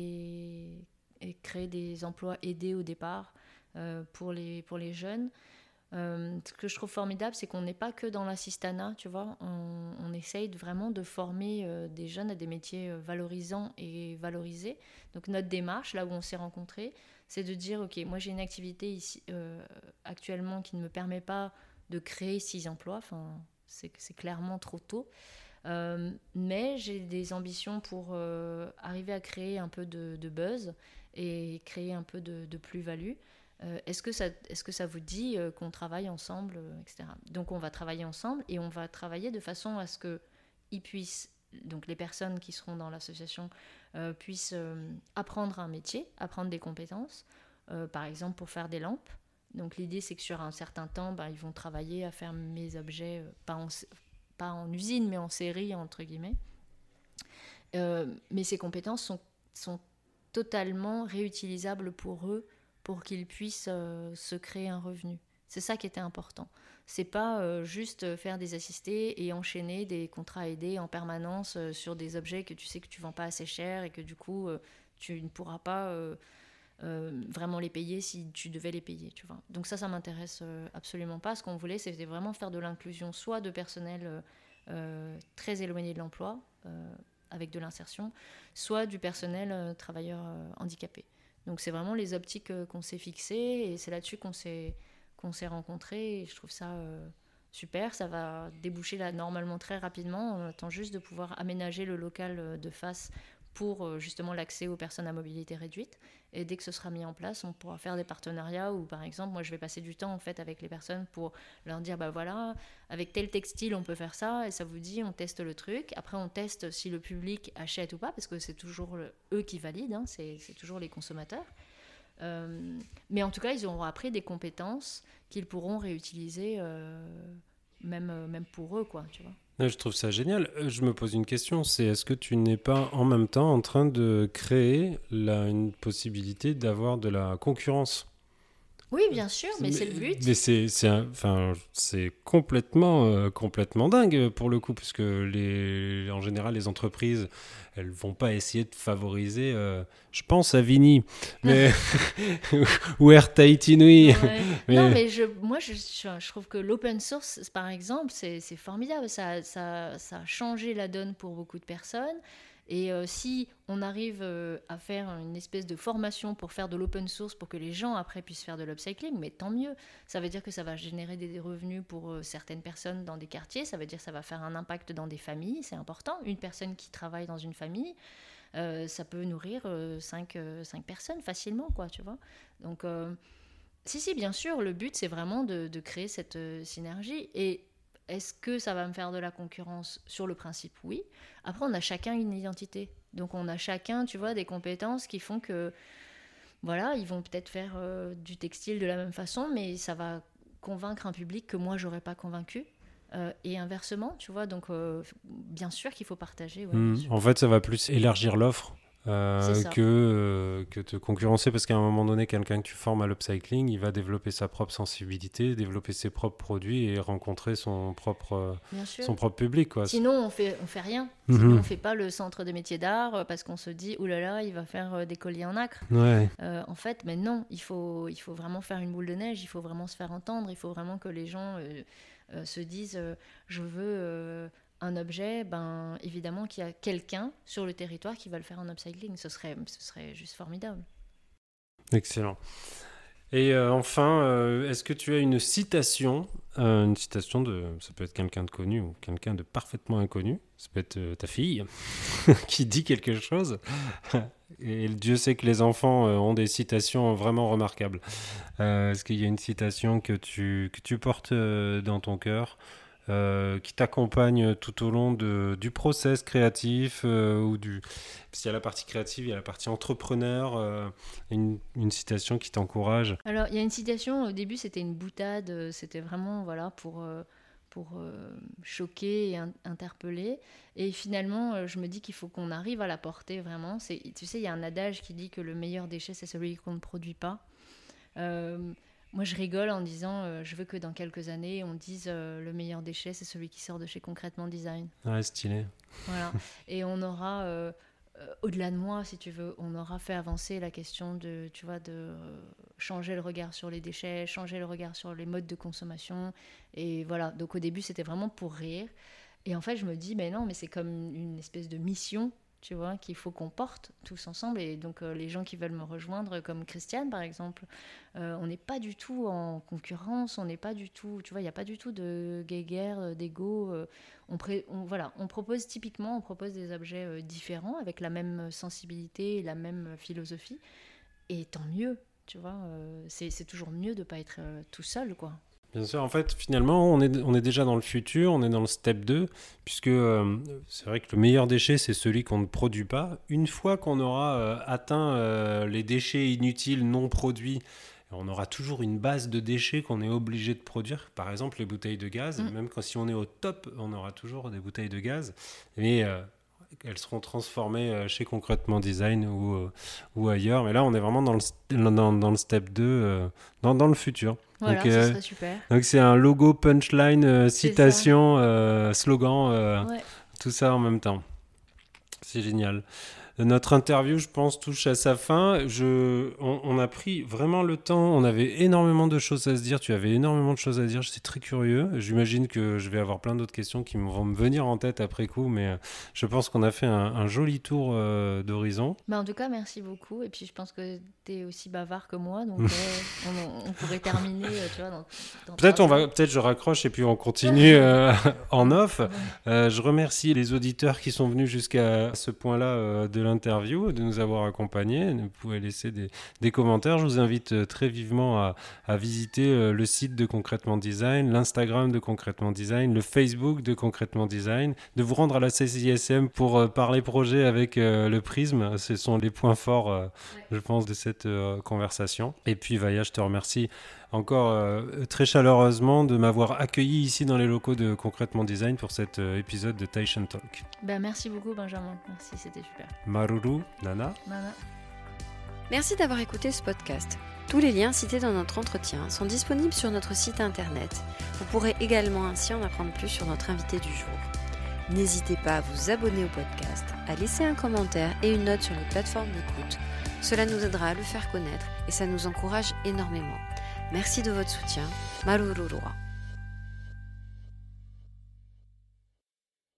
et, et créer des emplois aidés au départ euh, pour, les, pour les jeunes. Euh, ce que je trouve formidable, c'est qu'on n'est pas que dans l'assistanat, tu vois. On, on essaye de, vraiment de former euh, des jeunes à des métiers valorisants et valorisés. Donc notre démarche, là où on s'est rencontrés, c'est de dire, ok, moi j'ai une activité ici, euh, actuellement qui ne me permet pas de créer six emplois, enfin, c'est, c'est clairement trop tôt. Euh, mais j'ai des ambitions pour euh, arriver à créer un peu de, de buzz et créer un peu de, de plus-value. Euh, est-ce que ça, est-ce que ça vous dit euh, qu'on travaille ensemble, euh, et cetera. Donc on va travailler ensemble, et on va travailler de façon à ce que ils puissent, donc les personnes qui seront dans l'association euh, puissent euh, apprendre un métier, apprendre des compétences, euh, par exemple pour faire des lampes. Donc l'idée c'est que sur un certain temps, ben, ils vont travailler à faire mes objets, euh, pas en pas en usine, mais en série, entre guillemets. Euh, mais ces compétences sont, sont totalement réutilisables pour eux, pour qu'ils puissent euh, se créer un revenu. C'est ça qui était important. C'est pas euh, juste faire des assistés et enchaîner des contrats aidés en permanence euh, sur des objets que tu sais que tu vends pas assez cher et que du coup, euh, tu ne pourras pas euh, euh, vraiment les payer si tu devais les payer, tu vois. Donc ça, ça m'intéresse euh, absolument pas. Ce qu'on voulait, c'était vraiment faire de l'inclusion, soit de personnel euh, euh, très éloigné de l'emploi, euh, avec de l'insertion, soit du personnel euh, travailleur euh, handicapé. Donc c'est vraiment les optiques euh, qu'on s'est fixées, et c'est là-dessus qu'on s'est, qu'on s'est rencontrés et je trouve ça euh, super. Ça va déboucher là normalement très rapidement. On attend juste de pouvoir aménager le local de face pour euh, justement l'accès aux personnes à mobilité réduite. Et dès que ce sera mis en place, on pourra faire des partenariats où, par exemple, moi, je vais passer du temps en fait avec les personnes pour leur dire, bah voilà, avec tel textile, on peut faire ça, et ça vous dit, on teste le truc. Après, on teste si le public achète ou pas, parce que c'est toujours le, eux qui valident, hein, c'est, c'est toujours les consommateurs. Euh, mais en tout cas, ils auront appris des compétences qu'ils pourront réutiliser, euh, même, même pour eux, quoi, tu vois.
Je trouve ça génial. Je me pose une question, c'est est-ce que tu n'es pas en même temps en train de créer la, une possibilité d'avoir de la concurrence ?
Oui, bien sûr, mais, mais c'est le but.
Mais c'est, c'est, un, enfin, c'est complètement, euh, complètement dingue pour le coup, puisque les, en général, les entreprises, elles ne vont pas essayer de favoriser, euh, je pense à Vini, mais ou Air Tahiti Nui.
Ouais. Mais... Non, mais je, moi, je, je trouve que l'open source, par exemple, c'est, c'est formidable. Ça, ça, ça a changé la donne pour beaucoup de personnes. Et euh, si on arrive euh, à faire une espèce de formation pour faire de l'open source, pour que les gens après puissent faire de l'upcycling, mais tant mieux. Ça veut dire que ça va générer des revenus pour euh, certaines personnes dans des quartiers, ça veut dire que ça va faire un impact dans des familles, c'est important. Une personne qui travaille dans une famille, euh, ça peut nourrir euh, cinq, euh, cinq personnes facilement, quoi, tu vois. Donc, euh, si, si, bien sûr, le but, c'est vraiment de, de créer cette euh, synergie. Et est-ce que ça va me faire de la concurrence ? Sur le principe, oui. Après, on a chacun une identité. Donc, on a chacun, tu vois, des compétences qui font que, voilà, ils vont peut-être faire euh, du textile de la même façon, mais ça va convaincre un public que moi, j'aurais pas convaincu. Euh, et inversement, tu vois. Donc, euh, bien sûr qu'il faut partager. Ouais,
mmh. En fait, ça va plus élargir l'offre. Euh, que, euh, que te concurrencer, parce qu'à un moment donné, quelqu'un que tu formes à l'upcycling, il va développer sa propre sensibilité, développer ses propres produits et rencontrer son propre, son propre public, quoi.
Sinon, on fait, on fait rien. Mm-hmm. Sinon, on fait pas le centre des métiers d'art parce qu'on se dit, oulala, il va faire des colliers en nacre.
Ouais.
Euh, en fait, mais non, il faut, il faut vraiment faire une boule de neige, il faut vraiment se faire entendre, il faut vraiment que les gens euh, euh, se disent, euh, je veux... Euh, un objet, ben, évidemment qu'il y a quelqu'un sur le territoire qui va le faire en upcycling. Ce serait, ce serait juste formidable.
Excellent. Et euh, enfin, euh, est-ce que tu as une citation, euh, une citation de, ça peut être quelqu'un de connu ou quelqu'un de parfaitement inconnu, ça peut être euh, ta fille, qui dit quelque chose. Et Dieu sait que les enfants euh, ont des citations vraiment remarquables. Euh, est-ce qu'il y a une citation que tu, que tu portes euh, dans ton cœur ? Euh, qui t'accompagne tout au long de, du process créatif euh, ou du... Parce qu'il y a la partie créative, il y a la partie entrepreneur, euh, une, une citation qui t'encourage.
Alors, il y a une citation, au début, c'était une boutade, c'était vraiment voilà, pour, euh, pour euh, choquer et in- interpeller. Et finalement, euh, je me dis qu'il faut qu'on arrive à la porter vraiment. C'est, tu sais, il y a un adage qui dit que le meilleur déchet, c'est celui qu'on ne produit pas. Euh, Moi, je rigole en disant, euh, je veux que dans quelques années, on dise euh, le meilleur déchet, c'est celui qui sort de chez Concrètement Design.
Ouais, stylé.
Voilà. Et on aura, euh, euh, au-delà de moi, si tu veux, on aura fait avancer la question de, tu vois, de euh, changer le regard sur les déchets, changer le regard sur les modes de consommation. Et voilà. Donc au début, c'était vraiment pour rire. Et en fait, je me dis, mais non, mais c'est comme une espèce de mission, tu vois, qu'il faut qu'on porte tous ensemble. Et donc, euh, les gens qui veulent me rejoindre, comme Christiane, par exemple, euh, on n'est pas du tout en concurrence, on n'est pas du tout, tu vois, il n'y a pas du tout de guéguerre, d'ego. Euh, on, pré- on, voilà, on propose typiquement, on propose des objets euh, différents, avec la même sensibilité et la même philosophie. Et tant mieux, tu vois, euh, c'est, c'est toujours mieux de ne pas être euh, tout seul, quoi.
Bien sûr, en fait, finalement, on est, on est déjà dans le futur, on est dans le step deux, puisque euh, c'est vrai que le meilleur déchet, c'est celui qu'on ne produit pas. Une fois qu'on aura euh, atteint euh, les déchets inutiles, non produits, on aura toujours une base de déchets qu'on est obligé de produire. Par exemple, les bouteilles de gaz, mmh. même quand si on est au top, on aura toujours des bouteilles de gaz. Mais euh, elles seront transformées chez Concrètement Design ou, euh, ou ailleurs. Mais là, on est vraiment dans le, dans, dans le step deux, euh, dans, dans le futur.
Voilà,
donc,
ce
euh,
serait super.
Donc c'est un logo, punchline, euh, citation, euh, slogan, euh, ouais. Tout ça en même temps. C'est génial. Notre interview, je pense, touche à sa fin. Je... On, on a pris vraiment le temps. On avait énormément de choses à se dire. Tu avais énormément de choses à dire. J'étais très curieux. J'imagine que je vais avoir plein d'autres questions qui vont me venir en tête après coup, mais je pense qu'on a fait un, un joli tour euh, d'horizon.
Bah en tout cas, merci beaucoup. Et puis, je pense que tu es aussi bavard que moi, donc euh, on, on pourrait terminer, tu vois, dans, dans
Peut-être, on
trois
va, peut-être je raccroche et puis on continue euh, en off. Euh, je remercie les auditeurs qui sont venus jusqu'à ce point-là euh, de l'interview, de nous avoir accompagnés. Vous pouvez laisser des, des commentaires. Je vous invite euh, très vivement à, à visiter euh, le site de Concrètement Design, l'Instagram de Concrètement Design, le Facebook de Concrètement Design, de vous rendre à la C C I S M pour euh, parler projet avec euh, le Prisme. Ce sont les points forts, euh, je pense, de cette euh, conversation. Et puis, Vaya, je te remercie encore euh, très chaleureusement de m'avoir accueilli ici dans les locaux de Concrètement Design pour cet euh, épisode de Taishan Talk.
Ben, merci beaucoup, Benjamin. Merci, c'était super.
Maruru, Nana.
Nana.
Merci d'avoir écouté ce podcast. Tous les liens cités dans notre entretien sont disponibles sur notre site internet. Vous pourrez également ainsi en apprendre plus sur notre invité du jour. N'hésitez pas à vous abonner au podcast, à laisser un commentaire et une note sur les plateformes d'écoute. Cela nous aidera à le faire connaître et ça nous encourage énormément. Merci de votre soutien. Marururua.